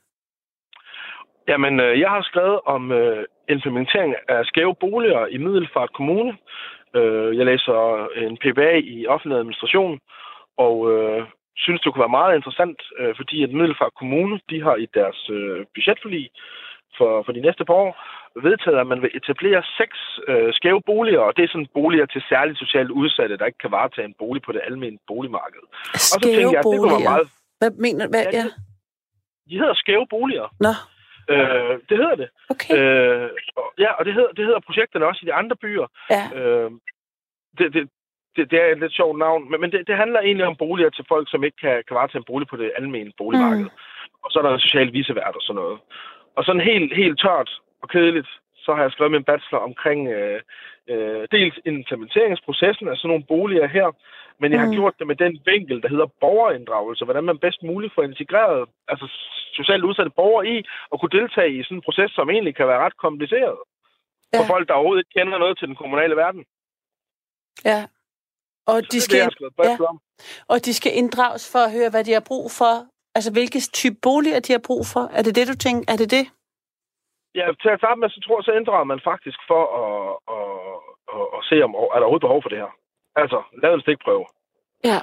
Jamen, øh, jeg har skrevet om øh, implementering af skæve boliger i Middelfart Kommune. Øh, jeg læser en P B A i offentlig administration, og øh, synes, det kunne være meget interessant, øh, fordi at Middelfart Kommune, de har i deres øh, budgetforlig for, for de næste par år vedtaget, at man vil etablere seks øh, skæve boliger, og det er sådan boliger til særligt socialt udsatte, der ikke kan varetage en bolig på det almindelige boligmarked. Skæve og så tænkte jeg, at det kunne være meget... Hvad mener du? Ja, ja. De hedder skæve boliger. Nå. Øh, det hedder det. Okay. Øh, og, ja, og det hedder, det hedder projekterne også i de andre byer. Ja. Øh, det, det, det, det er et lidt sjovt navn, men, men det, det handler egentlig om boliger til folk, som ikke kan, kan varetage en bolig på det almindelige boligmarked. Mm. Og så er der socialt vicevært og sådan noget. Og sådan helt, helt tørt og kedeligt, så har jeg skrevet min bachelor omkring øh, øh, dels implementeringsprocessen af sådan nogle boliger her, men jeg har mm. gjort det med den vinkel, der hedder borgerinddragelse, hvordan man bedst muligt får integreret altså socialt udsatte borgere i og kunne deltage i sådan en proces, som egentlig kan være ret kompliceret ja. for folk, der overhovedet ikke kender noget til den kommunale verden. Ja, og de, skal, det, ja. og de skal inddrages for at høre, hvad de har brug for. Altså, hvilke type boliger de har brug for? Er det det, du tænker? Er det det? Ja, til at starte med, så tror jeg, så inddrager man faktisk for at, at, at, at se, om er der overhovedet behov for det her. Altså, lave en stikprøve. Ja.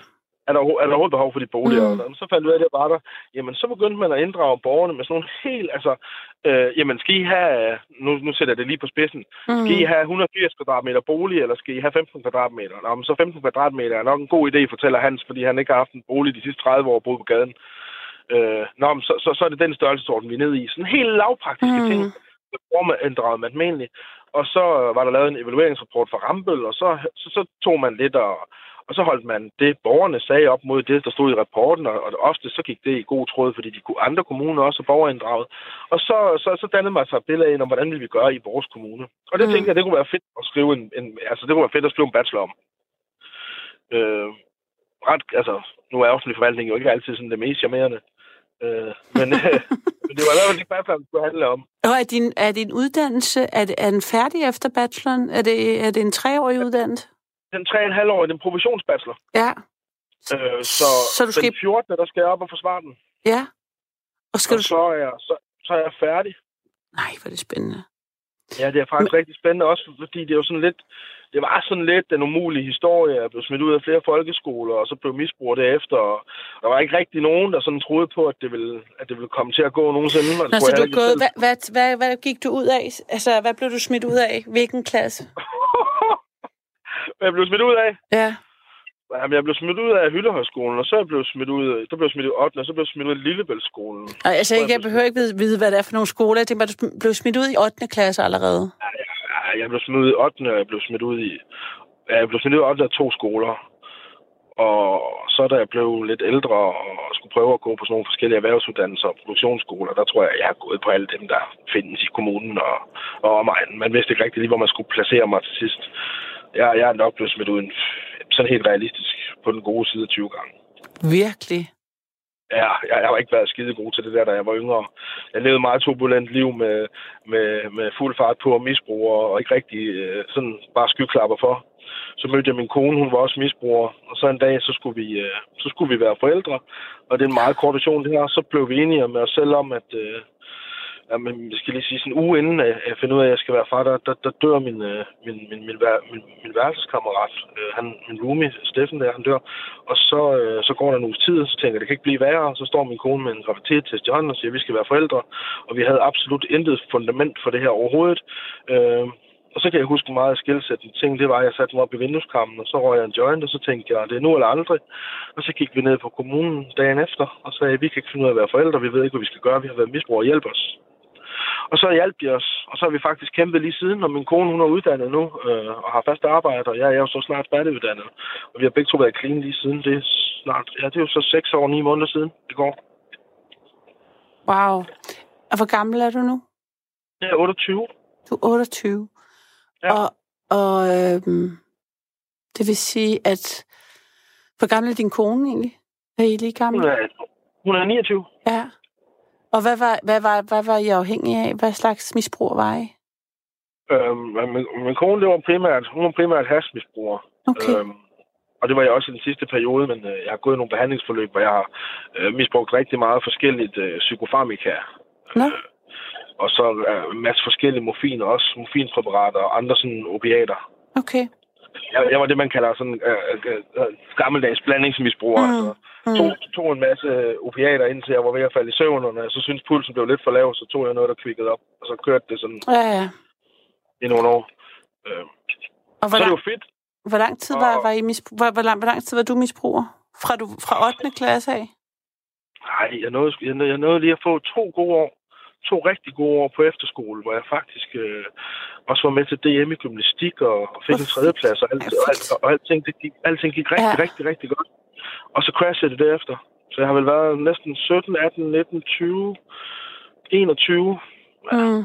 er der, er der overhovedet behov for de boliger? Mm. Og så fandt vi ud af, at det var der. Jamen, så begyndte man at inddrage borgerne med sådan nogle helt, altså, øh, jamen, skal I have, nu, nu sætter jeg det lige på spidsen, Mm. skal I have et hundrede og firs kvadratmeter bolig, eller skal I have femten kvadratmeter? Nå, men så femten kvadratmeter er nok en god idé, fortæller Hans, fordi han ikke har haft en bolig de sidste tredive år og boet på gaden. Øh, nå, men så, så, så er det den størrelsesorden, vi er nede i. Sådan helt lavpraktiske mm. ting, hvor man ændrede man egentlig. Og så var der lavet en evalueringsrapport for Rambøll, og så, så, så tog man lidt, og, og så holdt man det, borgerne sagde op mod det, der stod i rapporten, og, og ofte så gik det i god tråd, fordi de andre kommuner også er borgerinddraget. Og så, så, så dannede man sig et billede af, om hvordan vil vi gøre i vores kommune. Og det mm. tænkte jeg, det kunne være fedt at skrive en, en altså det kunne være fedt at skrive en bachelor om. Øh, ret, altså, nu er offentlig forvaltning jo ikke altid sådan det mest charmerende. Øh, men, øh, men det var i hvert fald ikke bare, det skulle handle om. Og er din, er din uddannelse, er, det, er den færdig efter bacheloren? Er det, er det en treårig uddannelse? Den tre og en halv år er en professionsbachelor. Ja. Øh, så, så du skal... den fjortende der skal jeg op og forsvare den. Ja. Og, skal og du... så, er jeg, så, så er jeg færdig. Nej, hvor er det spændende. Ja, det er faktisk Men... rigtig spændende, også fordi det er jo sådan lidt, det var sådan lidt den umulige historie. Jeg blev smidt ud af flere folkeskoler, og så blev misbrugt derefter. Og der var ikke rigtig nogen, der sådan troede på, at det ville, at det ville komme til at gå nogensinde. Og det Nå, så du gået, hvad, hvad, hvad, hvad gik du ud af? Altså, hvad blev du smidt ud af? Hvilken klasse? Hvad jeg blev smidt ud af? Ja. Jamen, jeg blev smidt ud af Hyldehøjskolen, og så blev jeg smidt ud, der blev jeg smidt ud i ottende, og så blev jeg smidt ud af Lillebæltsskolen. Ej, altså, jeg, jeg behøver ikke vide, hvad det er for nogle skoler. Jeg tænker bare, du blev smidt ud i ottende klasse allerede. Ja, ja, jeg blev smidt ud i ottende, og jeg blev smidt ud i, ja, jeg blev smidt ud i ottende af to skoler. Og så da jeg blev lidt ældre og skulle prøve at gå på sådan nogle forskellige erhvervsuddannelser og produktionsskoler, der tror jeg, jeg har gået på alle dem, der findes i kommunen og, og omegnen. Man vidste ikke rigtig lige, hvor man skulle placere mig til sidst. Jeg, jeg er nok blevet smidt ud en, sådan helt realistisk på den gode side af tyve gange. Virkelig? Ja, jeg, jeg har ikke været skide god til det der, da jeg var yngre. Jeg levede et meget turbulent liv med, med, med fuld fart på og misbruger, og ikke rigtig øh, sådan bare skyklapper for. Så mødte jeg min kone, hun var også misbruger, og så en dag, så skulle vi, øh, så skulle vi være forældre. Og det er en meget kort version det her. Så blev vi enige med os selv om, at øh, jamen, jeg skal lige sige, sådan en uge inden at jeg finder ud af, at jeg skal være far, der, der, der dør min, øh, min, min, min, min, min værelseskammerat. Øh, han, min roomie, Steffen, der, han dør. Og så, øh, så går der en uges tid, og så tænker jeg, det kan ikke blive værre. Og så står min kone med en graviditetstest i hånden og siger, at vi skal være forældre. Og vi havde absolut intet fundament for det her overhovedet. Øh, Og så kan jeg huske meget af skilsættende ting. Det var, at jeg satte mig op i vindueskarmen, og så røg jeg en joint, og så tænkte jeg, det er nu eller aldrig. Og så gik vi ned på kommunen dagen efter, og sagde, at vi kan ikke finde ud af at være forældre, vi ved ikke, hvad vi skal gøre, vi har været misbrugere, hjælp os. Og så hjalp de os, og så har vi faktisk kæmpet lige siden, og min kone, hun er uddannet nu, øh, og har fast arbejde, og jeg er jo så snart færdiguddannet. Og vi har begge to været clean lige siden, det er snart, ja, det er jo så seks år, ni måneder siden, det går. Wow. Og hvor gammel er du nu? Jeg er otteogtyve. Du er otteogtyve. Ja. Og, og øhm, det vil sige, at hvor gammel er din kone egentlig? Er I lige gamle? Hun er, hun er niogtyve. Ja. Og hvad var, hvad, var, hvad var I afhængige af? Hvad slags misbrug var I? Øhm, min, min kone, det var primært, hun var primært hashmisbruger. Okay. Øhm, og det var jeg også i den sidste periode, men øh, jeg har gået i nogle behandlingsforløb, hvor jeg har øh, misbrugt rigtig meget forskelligt øh, psykofarmika. Nå. Øh, og så øh, en masse forskellige morfin, også morfinpræparater og andre sådan opiater. Okay. Jeg, jeg var det, man kalder sådan øh, øh, øh, gammeldags blandingsmisbruger. Mm. Altså, Mm. tog, tog en masse opiater, indtil jeg var ved at falde i søvn, og når jeg så syntes, pulsen blev lidt for lav, så tog jeg noget, der kvikkede op, og så kørte det sådan Ja, ja. i nogle år. Øh. Og hvor så lang, det var fedt. Hvor lang tid var, og, var I misbruger? Hvor, hvor, lang, hvor lang tid var du misbruger? Fra, du, fra ottende klasse af? Nej, jeg nåede, jeg, jeg nåede lige at få to gode år. To rigtig gode år på efterskole, hvor jeg faktisk øh, også var med til D M i gymnastik og, og fik en tredjeplads, og, alt, og, alt, og alting, det gik, alting gik rigtig, ja. rigtig, rigtig godt. Og så crashede det derefter. Så jeg har vel været næsten sytten, atten, nitten, tyve, enogtyve. Ja. Mm.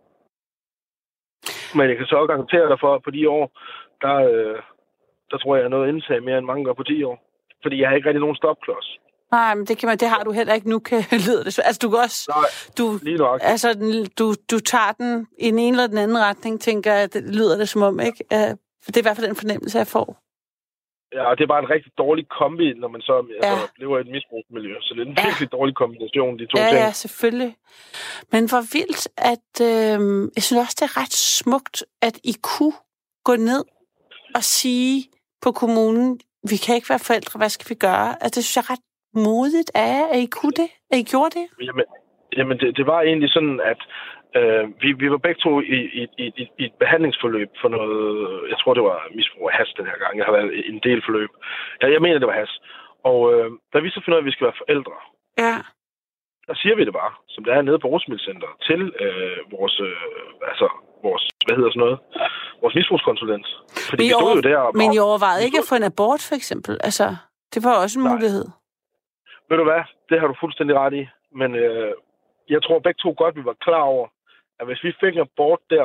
Men jeg kan så også garantere dig for, at på de år, der, øh, der tror jeg, jeg nåede indtage mere end mange gør på ti år. Fordi jeg har ikke rigtig nogen stopklods. Nej, men det, kan man, det har du heller ikke nu, kan lyde det. Altså, du kan også... Nej, du, lige nok. Altså, du, du tager den i en eller den anden retning, tænker jeg, det lyder det som om, ikke? Uh, det er i hvert fald den fornemmelse, jeg får. Ja, og det er bare en rigtig dårlig kombi, når man så ja. altså, lever i et misbrugsmiljø. Så det er en ja. virkelig dårlig kombination, de to ja, ting. Ja, selvfølgelig. Men hvor vildt, at... Øh, jeg synes også, det er ret smukt, at I kunne gå ned og sige på kommunen, vi kan ikke være forældre, hvad skal vi gøre? Altså, det synes jeg er ret modigt af jer, at I kunne det, at I gjorde det. Jamen, jamen det, det var egentlig sådan, at øh, vi, vi var begge to i, i, i, i et behandlingsforløb for noget, jeg tror, det var misbrug af has den her gang. Jeg har været i en del forløb. Ja, jeg mener, det var has. Og øh, da vi så finder ud af, at vi skal være forældre, Ja. der siger vi det bare, som det er nede på Rusmiddelcenter, til øh, vores, øh, altså, vores, hvad hedder sådan noget, vores misbrugskonsulent. Fordi Men I, vi stod over... jo der og, Men I overvejede ikke at få en abort, for eksempel? Altså, det var også en Nej. mulighed. Ved du hvad? Det har du fuldstændig ret i. Men øh, jeg tror begge to godt, vi var klar over, at hvis vi fik en abort der,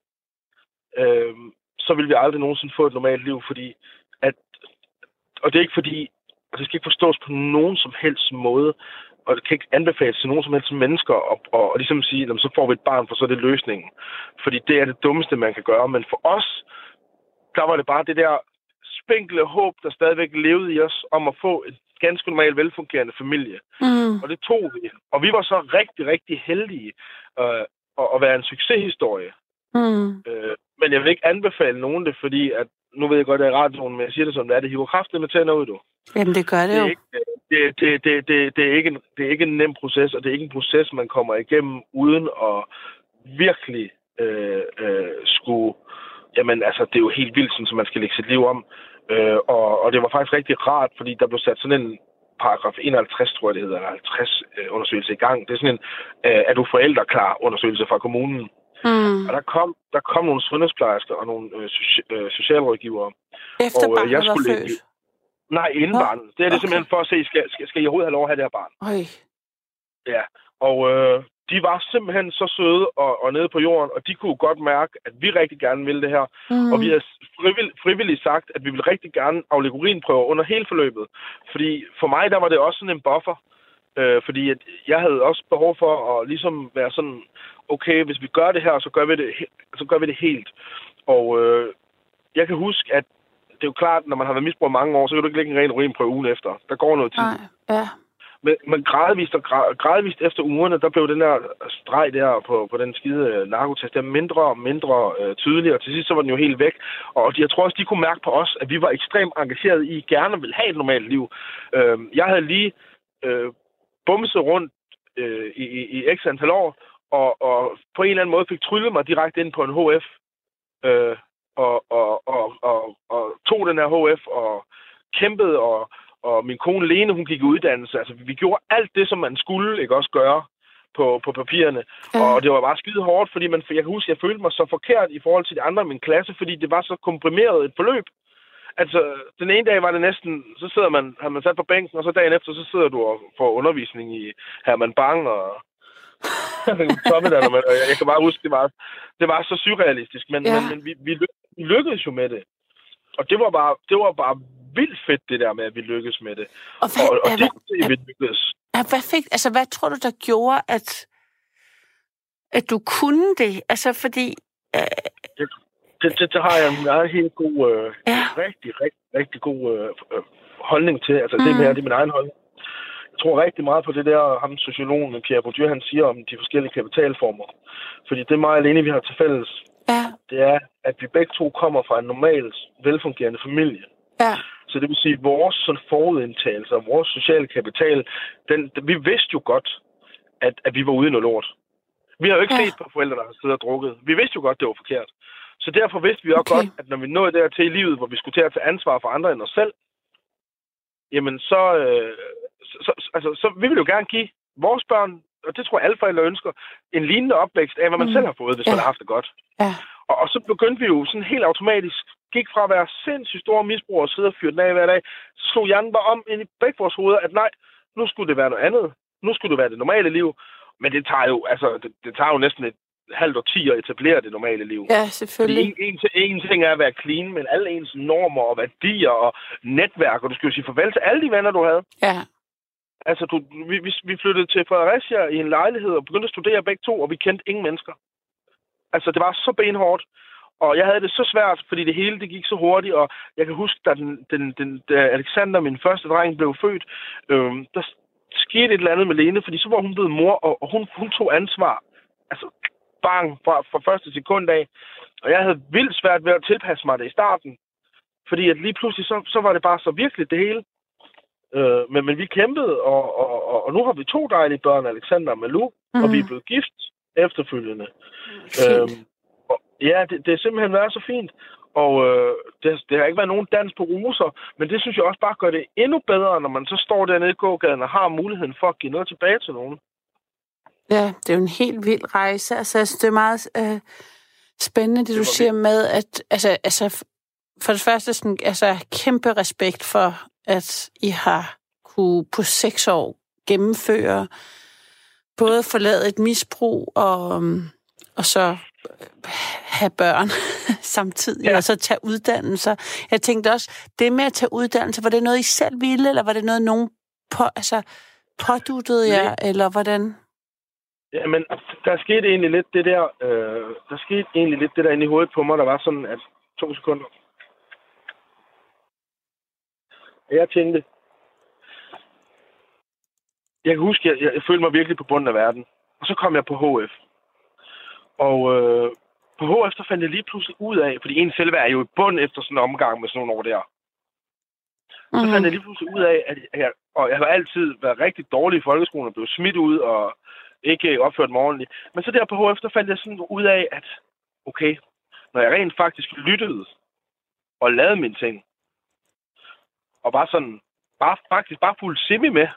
øh, så ville vi aldrig nogensinde få et normalt liv, fordi at, og det er ikke fordi, og det skal ikke forstås på nogen som helst måde, og det kan ikke anbefales til nogen som helst mennesker, og, og, og ligesom sige, jamen, så får vi et barn, for så er det løsningen. Fordi det er det dummeste, man kan gøre. Men for os, der var det bare det der spinkle håb, der stadigvæk levede i os, om at få et ganske normalt velfungerende familie. Mm. Og det tog vi. Og vi var så rigtig, rigtig heldige øh, at, at være en succeshistorie. Mm. Øh, men jeg vil ikke anbefale nogen det, fordi at, nu ved jeg godt, at jeg er i radioen, men jeg siger det som det er, det hiver kraftigt med tænder ud, du. Jamen, det gør det, Det jo. er, ikke, det, det, det, det, det, er ikke en, det er ikke en nem proces, og det er ikke en proces, man kommer igennem uden at virkelig øh, øh, skulle... Jamen, altså, det er jo helt vildt, så man skal lægge sit liv om. Øh, og, og det var faktisk rigtig rart, fordi der blev sat sådan en paragraf enoghalvtreds, tror jeg det hedder, eller halvtreds øh, undersøgelse i gang. Det er sådan en, øh, er du forældreklar undersøgelse fra kommunen. Mm. Og der kom, der kom nogle sundhedsplejersker og nogle øh, soci, øh, socialrådgivere. Efter og, øh, barnet jeg var skulle født? lægge- Nej, inden Nå, barnet. Det er det okay. simpelthen for at se, skal, skal, skal I overhovedet have lov at have det her barn? Øj. Ja, og øh, de var simpelthen så søde og, og nede på jorden, og de kunne godt mærke, at vi rigtig gerne ville det her. Mm. Og vi har frivill, frivilligt sagt, at vi vil rigtig gerne aflægge urinprøver under hele forløbet. Fordi for mig, der var det også sådan en buffer. Øh, fordi at jeg havde også behov for at ligesom være sådan, okay, hvis vi gør det her, så gør vi det, så gør vi det helt. Og øh, jeg kan huske, at det er jo klart, når man har været misbrugt mange år, så kan du ikke lægge en ren urinprøve ugen efter. Der går noget tid. Nej, ja. Men, men gradvist og gra- gradvist efter ugerne, der blev den der streg der på, på den skide narkotest, der mindre og mindre øh, tydelig, og til sidst så var den jo helt væk. Og jeg tror også, de kunne mærke på os, at vi var ekstremt engageret i, gerne ville have et normalt liv. Øh, jeg havde lige øh, bumset rundt øh, i, i, i x antal år, og, og på en eller anden måde fik tryllet mig direkte ind på en H F, øh, og, og, og, og, og tog den her H F og kæmpede, og Og min kone Lene, hun gik i uddannelse. Altså, vi gjorde alt det, som man skulle ikke også gøre på, på papirerne. Ja. Og det var bare skide hårdt, fordi man, jeg kan huske, jeg følte mig så forkert i forhold til de andre i min klasse, fordi det var så komprimeret et forløb. Altså, den ene dag var det næsten, så sidder man, har man sat på bænken, og så dagen efter, så sidder du og får undervisning i Herman Bang, og og jeg, jeg kan bare huske, det var, det var så surrealistisk, men, Ja. men, men vi, vi, ly- vi lykkedes jo med det. Og det var bare, det var bare vildt fedt, det der med, at vi lykkedes med det. Og hvad, Og, og ja, det, hvad, det vi lykkedes. ja, hvad, fik, altså, hvad tror du, der gjorde, at, at du kunne det? Altså, fordi... Øh, Det, det, det har jeg en meget helt god, øh, Ja. rigtig, rigtig, rigtig god øh, øh, holdning til. Altså, det, Mm. med, det er min egen holdning. Jeg tror rigtig meget på det der, ham sociologen Pierre Bourdieu, han siger om de forskellige kapitalformer. Fordi det mig alene, vi har til fælles, ja, det er, at vi begge to kommer fra en normal, velfungerende familie. ja, Så det vil sige, at vores sådan forudindtagelse og vores sociale kapital, den, vi vidste jo godt, at, at vi var ude i noget lort. Vi har jo ikke Ja. set på forældre, der har siddet og drukket. Vi vidste jo godt, det var forkert. Så derfor vidste vi også Okay. godt, at når vi nåede dertil i livet, hvor vi skulle til at tage ansvar for andre end os selv, jamen så, øh, så, så, altså, så vi vil jo gerne give vores børn, og det tror jeg alle forældre ønsker, en lignende opvækst af, hvad man Mm. selv har fået, hvis Ja. man har haft det godt. ja. Og, og så begyndte vi jo sådan helt automatisk, gik fra at være sindssygt store misbrugere og sidde og fyre den af hver dag, så slog hjernen bare om ind i begge vores hoveder, at nej, nu skulle det være noget andet. Nu skulle det være det normale liv. Men det tager jo, altså, det, det tager jo næsten et halvt årti at etablere det normale liv. Ja, Fordi selvfølgelig. en, en, en ting er at være clean, men alle ens normer og værdier og netværk, og du skal jo sige farvel til alle de venner, du havde. Ja, Altså, du, vi, vi, vi flyttede til Fredericia i en lejlighed og begyndte at studere begge to, og vi kendte ingen mennesker. Altså, det var så benhårdt. Og jeg havde det så svært, fordi det hele det gik så hurtigt, og jeg kan huske, da, den, den, den, da Alexander, min første dreng, blev født, øhm, der skete et eller andet med Lene, fordi så var hun blevet mor, og, og hun, hun tog ansvar. Altså, bang, fra, fra første sekund af. Og jeg havde vildt svært ved at tilpasse mig det i starten, Fordi at lige pludselig, så, så var det bare så virkelig det hele. Øh, men, men vi kæmpede, og, og, og, og nu har vi to dejlige børn, Alexander og Malou, mm. og vi er blevet gift efterfølgende. Øhm, og, ja, det, det er simpelthen været så fint. Og øh, det, det har ikke været nogen dans på roser, men det synes jeg også bare gør det endnu bedre, når man så står dernede i gågaden og har muligheden for at give noget tilbage til nogen. Ja, det er jo en helt vild rejse. Altså, jeg synes, det er meget øh, spændende, det, det du siger vildt. Med, at altså, altså, for det første sådan, altså, kæmpe respekt for, at I har kunne på seks år gennemføre både forlade et misbrug og, og så have børn samtidig, ja. Og så tage uddannelser. Jeg tænkte også, det med at tage uddannelser, var det noget, I selv ville, eller var det noget, nogen på, altså, påduttede jer, Nej. Eller hvordan? Jamen, der skete egentlig lidt det der, øh, der skete egentlig lidt det der inde i hovedet på mig, der var sådan, at to sekunder. Jeg tænkte, jeg kan huske, jeg, jeg, jeg følte mig virkelig på bunden af verden. Og så kom jeg på H F. Og øh, på H F, så fandt jeg lige pludselig ud af, fordi en selvværd er jo i bund efter sådan en omgang med sådan nogle år der. Mm-hmm. Så fandt jeg lige pludselig ud af, at jeg, og jeg har altid været rigtig dårlig i folkeskolen og blev smidt ud og ikke opført mig ordentligt. Men så der på H F, der fandt jeg sådan ud af, at okay, når jeg rent faktisk lyttede og lavede mine ting, og bare sådan, bare, faktisk bare fuldt semi med,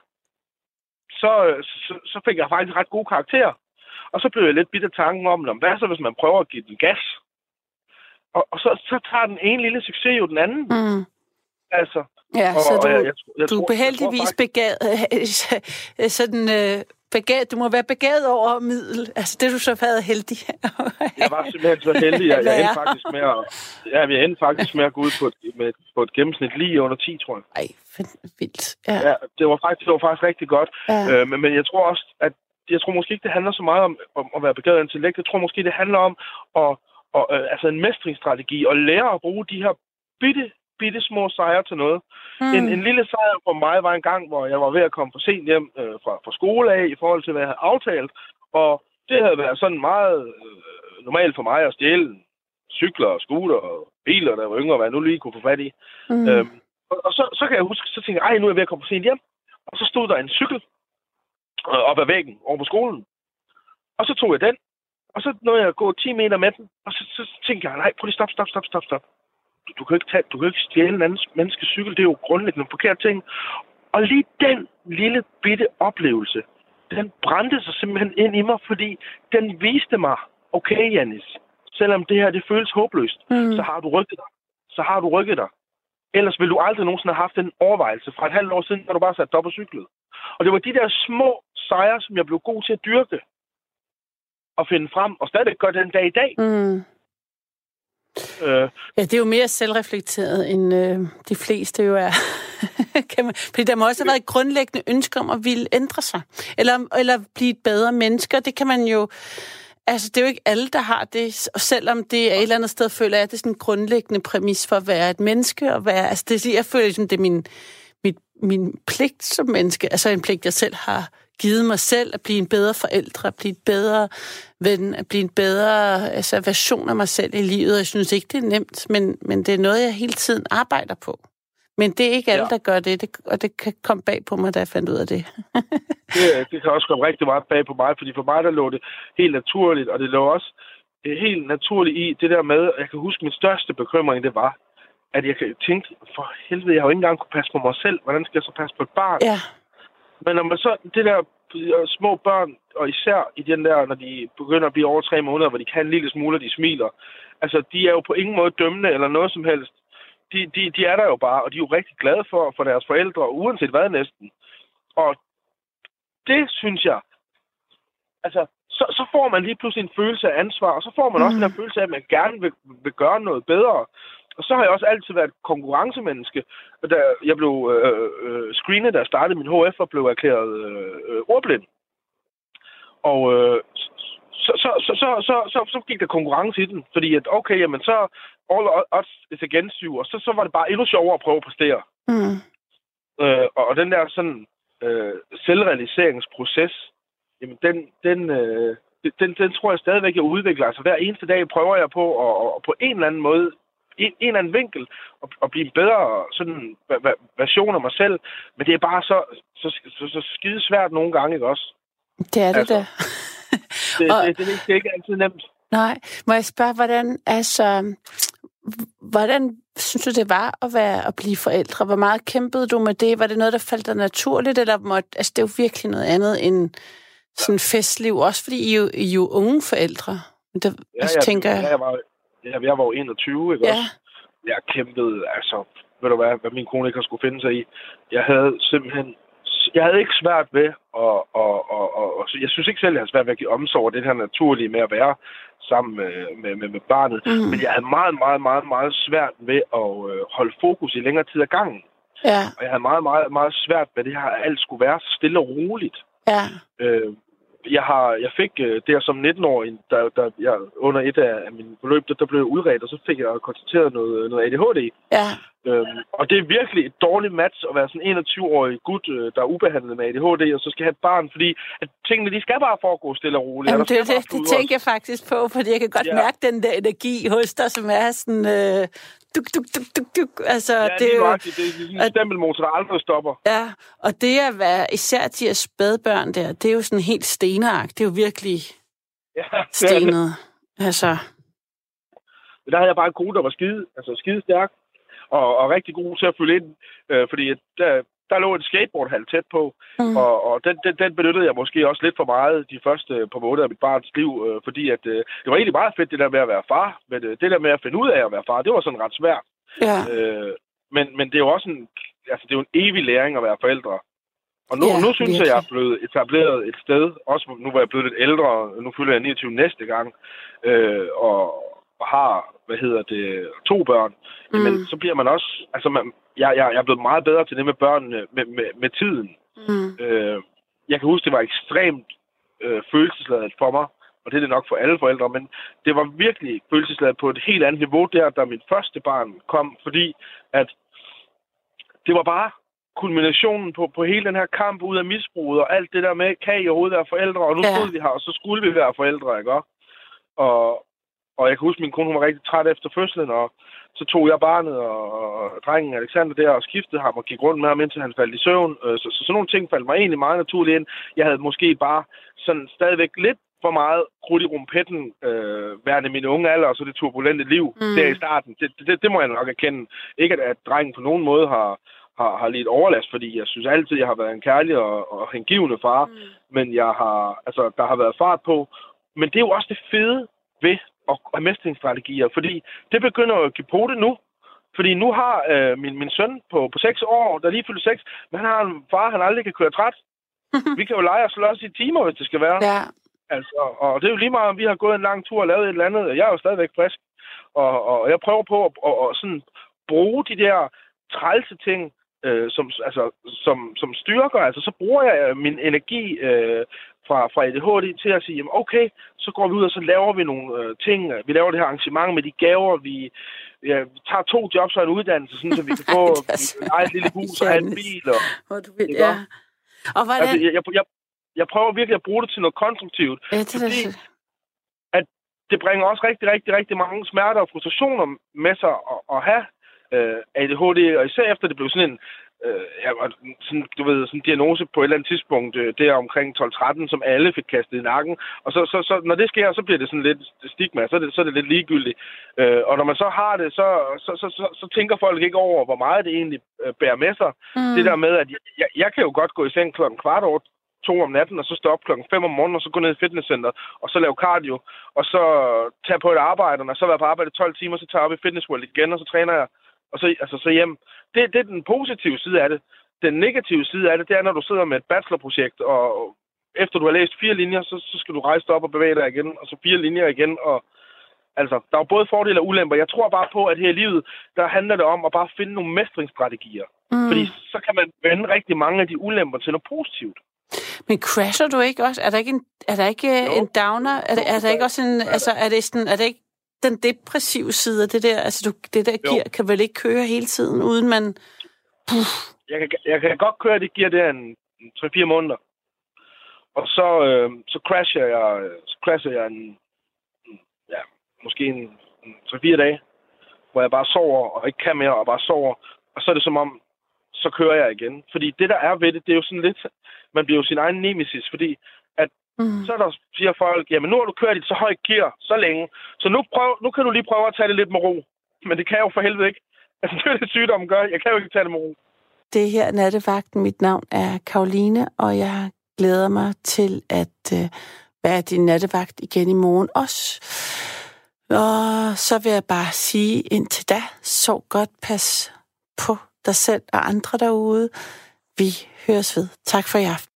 så, så, så fik jeg faktisk ret gode karakterer. Og så blev jeg lidt bidt af tanken om, hvad så hvis man prøver at give den gas? Og, og så, så tager den ene lille succes jo den anden. Mm. Altså. Ja, og, så du, og jeg, jeg, jeg du tror, er beheldigvis faktisk... begavet, sådan, øh, begavet, du må være begavet over middel. Altså, det er du så været heldig. Jeg var simpelthen så heldig, at jeg endte faktisk med at, ja, jeg endte faktisk med at gå ud på et, med, på et gennemsnit lige under ti, tror jeg. Ej, vildt. Ja. Ja, det var faktisk, det var faktisk rigtig godt. Ja. Øh, men, men jeg tror også, at jeg tror måske ikke, det handler så meget om, om at være begavet intellekt. Jeg tror måske, det handler om at, at, øh, altså en mestringsstrategi og lære at bruge de her bitte, bitte små sejre til noget. Mm. En, en lille sejr for mig var en gang, hvor jeg var ved at komme for sent hjem øh, fra, fra skole af i forhold til, hvad jeg havde aftalt. Og det havde været sådan meget øh, normalt for mig at stjæle cykler og scooter og biler, der var yngre, hvad jeg nu lige kunne få fat i. Mm. Øhm, og og så, så kan jeg huske, så tænkte jeg, ej, nu er jeg ved at komme for sent hjem. Og så stod der en cykel op ad væggen over på skolen. Og så tog jeg den, og så nåede jeg at gå ti meter med den, og så, så tænkte jeg, nej, prøv lige stop, stop, stop, stop, stop. Du, du, kan ikke tage, du kan ikke stjæle en anden menneskes cykel, det er jo grundlæggende en forkert ting. Og lige den lille bitte oplevelse, den brændte sig simpelthen ind i mig, fordi den viste mig, okay, Jannis, selvom det her, det føles håbløst, mm. så har du rykket dig. Så har du rykket dig. Ellers ville du aldrig nogensinde have haft en overvejelse. Fra et halvt år siden, når du bare sat dig op og cyklet. Og det var de der små sejre, som jeg blev god til at dyrke og finde frem, og stadig gør den dag i dag. Mm. Øh, ja, det er jo mere selvreflekteret, end øh, de fleste jo er. kan man, fordi der må også have været et grundlæggende ønske om at ville ændre sig. Eller, eller blive et bedre menneske, det kan man jo... Altså, det er jo ikke alle, der har det, og selvom det er et eller andet sted, føler jeg, at det er sådan en grundlæggende præmis for at være et menneske, og være, altså, det, jeg føler, at det er min, min, min pligt som menneske, altså en pligt, jeg selv har givet mig selv, at blive en bedre forældre, at blive et bedre ven, at blive en bedre altså, version af mig selv i livet. Jeg synes ikke, det er nemt, men, men det er noget, jeg hele tiden arbejder på. Men det er ikke alle, ja. Der gør det, det, og det kan komme bag på mig, da jeg fandt ud af det. det. Det kan også komme rigtig meget bag på mig, fordi for mig, der lå det helt naturligt, og det lå også helt naturligt i det der med, jeg kan huske, min største bekymring, det var, at jeg tænkte, for helvede, jeg har jo ikke engang kunne passe på mig selv, hvordan skal jeg så passe på et barn? Ja. Men når man så, det der små børn, og især i den der, når de begynder at blive over tre måneder, hvor de kan en lille smule, og de smiler, altså, de er jo på ingen måde dømmende eller noget som helst. De, de, de er der jo bare, og de er jo rigtig glade for, for deres forældre, uanset hvad næsten. Og det synes jeg, altså, så, så får man lige pludselig en følelse af ansvar, og så får man mm. også den her følelse af, at man gerne vil, vil gøre noget bedre. Og så har jeg også altid været et konkurrencemenneske. Da jeg blev øh, øh, screenet, da jeg startede min H F, og blev erklæret øh, ordblind. Og øh, så, så, så, så, så, så, så gik der konkurrence i den, fordi at okay, jamen så all odds is against you, og så, så var det bare endnu sjovere at prøve at præstere. Mm. Øh, og, og den der sådan øh, selvrealiseringsproces, jamen den, den, øh, den, den tror jeg stadigvæk, jeg udvikler. Altså hver eneste dag prøver jeg på at, at på en eller anden måde en, en eller anden vinkel og, og blive en bedre sådan, va, va, version af mig selv. Men det er bare så, så, så, så skide svært nogle gange, ikke også? Det er det altså, da. det, og, det, det, det, det er ikke altid nemt. Nej, må jeg spørge, hvordan, altså, hvordan synes du, det var at, være, at blive forældre? Hvor meget kæmpede du med det? Var det noget, der faldt dig naturligt? Eller måtte, altså, det er jo virkelig noget andet end sådan festliv, også fordi I er jo, I er jo unge forældre. Der, ja, altså, jeg, tænker, jeg, var, jeg, jeg var jo enogtyve, ikke ja. også? Jeg kæmpede, altså, ved du hvad, hvad min kone ikke har skulle finde sig i. Jeg havde simpelthen, jeg havde ikke svært ved, og, og, og, og, og jeg synes ikke selv, jeg havde svært ved at give omsorg af det her naturlige med at være sammen med, med, med, med barnet. Mm. Men jeg havde meget, meget, meget, meget svært ved at øh, holde fokus i længere tid ad gangen. Ja. Og jeg havde meget, meget, meget svært ved det her, at alt skulle være så stille og roligt. Ja. Øh, jeg, har, jeg fik øh, der som nitten-årig, der, der jeg, under et af, af mine forløb, der, der blev jeg udredt, og så fik jeg konstateret noget, noget A D H D. Ja. Øhm, og det er virkelig et dårligt match at være sådan en enogtyve-årig gut, øh, der er ubehandlet med A D H D, og så skal have et barn, fordi at tingene, de skal bare foregå stille og roligt. Jamen, det, det, det tænker jeg faktisk på, fordi jeg kan godt ja. mærke den der energi hos dig, som er sådan... Øh, duk, duk, duk, duk, duk. Altså, ja, det er jo... Det er sådan en stempelmotor, der aldrig stopper. Ja, og det at være, især de her spædbørn der, det er jo sådan helt stenark. Det er jo virkelig ja, stenet. Altså... Der havde jeg bare en kone, der var skide, altså skide stærk. Og, og rigtig god til at følge ind, øh, fordi der, der lå et skateboardhal tæt på, mm. og, og den, den, den benyttede jeg måske også lidt for meget de første par måneder af mit barns liv, øh, fordi at, øh, det var egentlig meget fedt, det der med at være far, men øh, det der med at finde ud af at være far, det var sådan ret svært. Ja. Øh, men, men det er jo også en, altså, det er jo en evig læring at være forældre. Og nu, ja, nu synes jeg, jeg er blevet etableret et sted, også nu hvor jeg er blevet lidt ældre, nu fylder jeg niogtyve næste gang, øh, og og har, hvad hedder det, to børn, mm. jamen, så bliver man også, altså, man, jeg, jeg, jeg er blevet meget bedre til det med børnene med, med, med tiden. Mm. Øh, jeg kan huske, det var ekstremt øh, følelsesladet for mig, og det er det nok for alle forældre, men det var virkelig følelsesladet på et helt andet niveau der, da mit første barn kom, fordi at det var bare kulminationen på, på hele den her kamp ud af misbruget, og alt det der med, kan I overhovedet være forældre, og nu stod ja. vi her, og så skulle vi være forældre, ikke? Og Og jeg kan huske, at min kone hun var rigtig træt efter fødslen, og så tog jeg barnet og, og drengen Alexander der og skiftede ham og gik rundt med ham, indtil han faldt i søvn. Så, så, så sådan nogle ting faldt mig egentlig meget naturligt ind. Jeg havde måske bare sådan stadigvæk lidt for meget krudt i rumpetten, øh, værende min unge alder, og så det turbulente liv mm. der i starten. Det, det, det må jeg nok erkende. Ikke at, at drengen på nogen måde har, har, har lidt overlast, fordi jeg synes altid, jeg har været en kærlig og, og hengivende far, mm. men jeg har, altså, der har været fart på. Men det er jo også det fede ved og have mestringsstrategier, fordi det begynder at give på det nu. Fordi nu har øh, min, min søn på, på seks år, der lige fyldt seks, men han har en far, han aldrig kan køre træt. Vi kan jo lege os slås i timer, hvis det skal være. Ja. Altså, og det er jo lige meget, om vi har gået en lang tur og lavet et eller andet. Jeg er jo stadigvæk frisk. Og, og jeg prøver på at og, og sådan bruge de der trælse ting, øh, som, altså, som, som styrker. Altså, så bruger jeg min energi øh, fra, fra A D H D til at sige, jamen okay, så går vi ud, og så laver vi nogle øh, ting. Vi laver det her arrangement med de gaver. Vi, ja, vi tager to jobs og en uddannelse, sådan, så vi kan få et, et lille hus og have en bil. Og, Hvor du vil, ja. Og hvordan... altså, jeg, jeg, jeg prøver virkelig at bruge det til noget konstruktivt. Ja, det fordi, det. at det bringer også rigtig, rigtig, rigtig mange smerter og frustrationer med sig at, at have øh, A D H D, og især efter det blev sådan en øh, ja, sådan, du ved, sådan en diagnose på et eller andet tidspunkt, øh, der omkring tolv tretten, som alle fik kastet i nakken. Og så, så, så når det sker, så bliver det sådan lidt stigma, så er det, så er det lidt ligegyldigt. Øh, og når man så har det, så, så, så, så, så tænker folk ikke over, hvor meget det egentlig øh, bærer med sig. Mm. Det der med, at jeg, jeg, jeg kan jo godt gå i seng klokken kvart over to om natten, og så stå op klokken fem om morgenen, og så gå ned i fitnesscenter, og så lave cardio, og så tage på et arbejde, og så være på arbejde tolv timer, så tager jeg op i Fitness World igen, og så træner jeg, og så, altså, så hjem. Det, det er den positive side af det. Den negative side af det, det er, når du sidder med et bachelorprojekt, og efter du har læst fire linjer, så, så skal du rejse dig op og bevæge dig igen, og så fire linjer igen, og altså, der er både fordele og ulemper. Jeg tror bare på, at her i livet, der handler det om at bare finde nogle mestringsstrategier. Mm. Fordi så kan man vende rigtig mange af de ulemper til noget positivt. Men crasher du ikke også? Er der ikke en, er der ikke en downer? Er der, er der ikke også en, altså, er det sådan, er det ikke den depressive side af det der? Altså, du, det der gear kan vel ikke køre hele tiden, uden man... Puh. Jeg kan, jeg kan godt køre det gear der en tre fire måneder. Og så, øh, så crasher jeg, så crasher jeg en, ja, måske en, en tre fire dage. hvor jeg bare sover og ikke kan mere og bare sover. Og så er det som om, så kører jeg igen. Fordi det, der er ved det, det er jo sådan lidt, man bliver jo sin egen nemesis, fordi at mm. så der siger folk, jamen nu har du kørt i så højt gear så længe, så nu, prøv, nu kan du lige prøve at tage det lidt med ro. Men det kan jeg jo for helvede ikke. Altså, det er det sygdommen gør. Jeg kan jo ikke tage det med ro. Det her er Nattevagten. Mit navn er Karoline, og jeg glæder mig til at øh, være din nattevagt igen i morgen også. Og så vil jeg bare sige indtil da, sov godt, pas på dig selv og andre derude. Vi høres ved. Tak for i aften.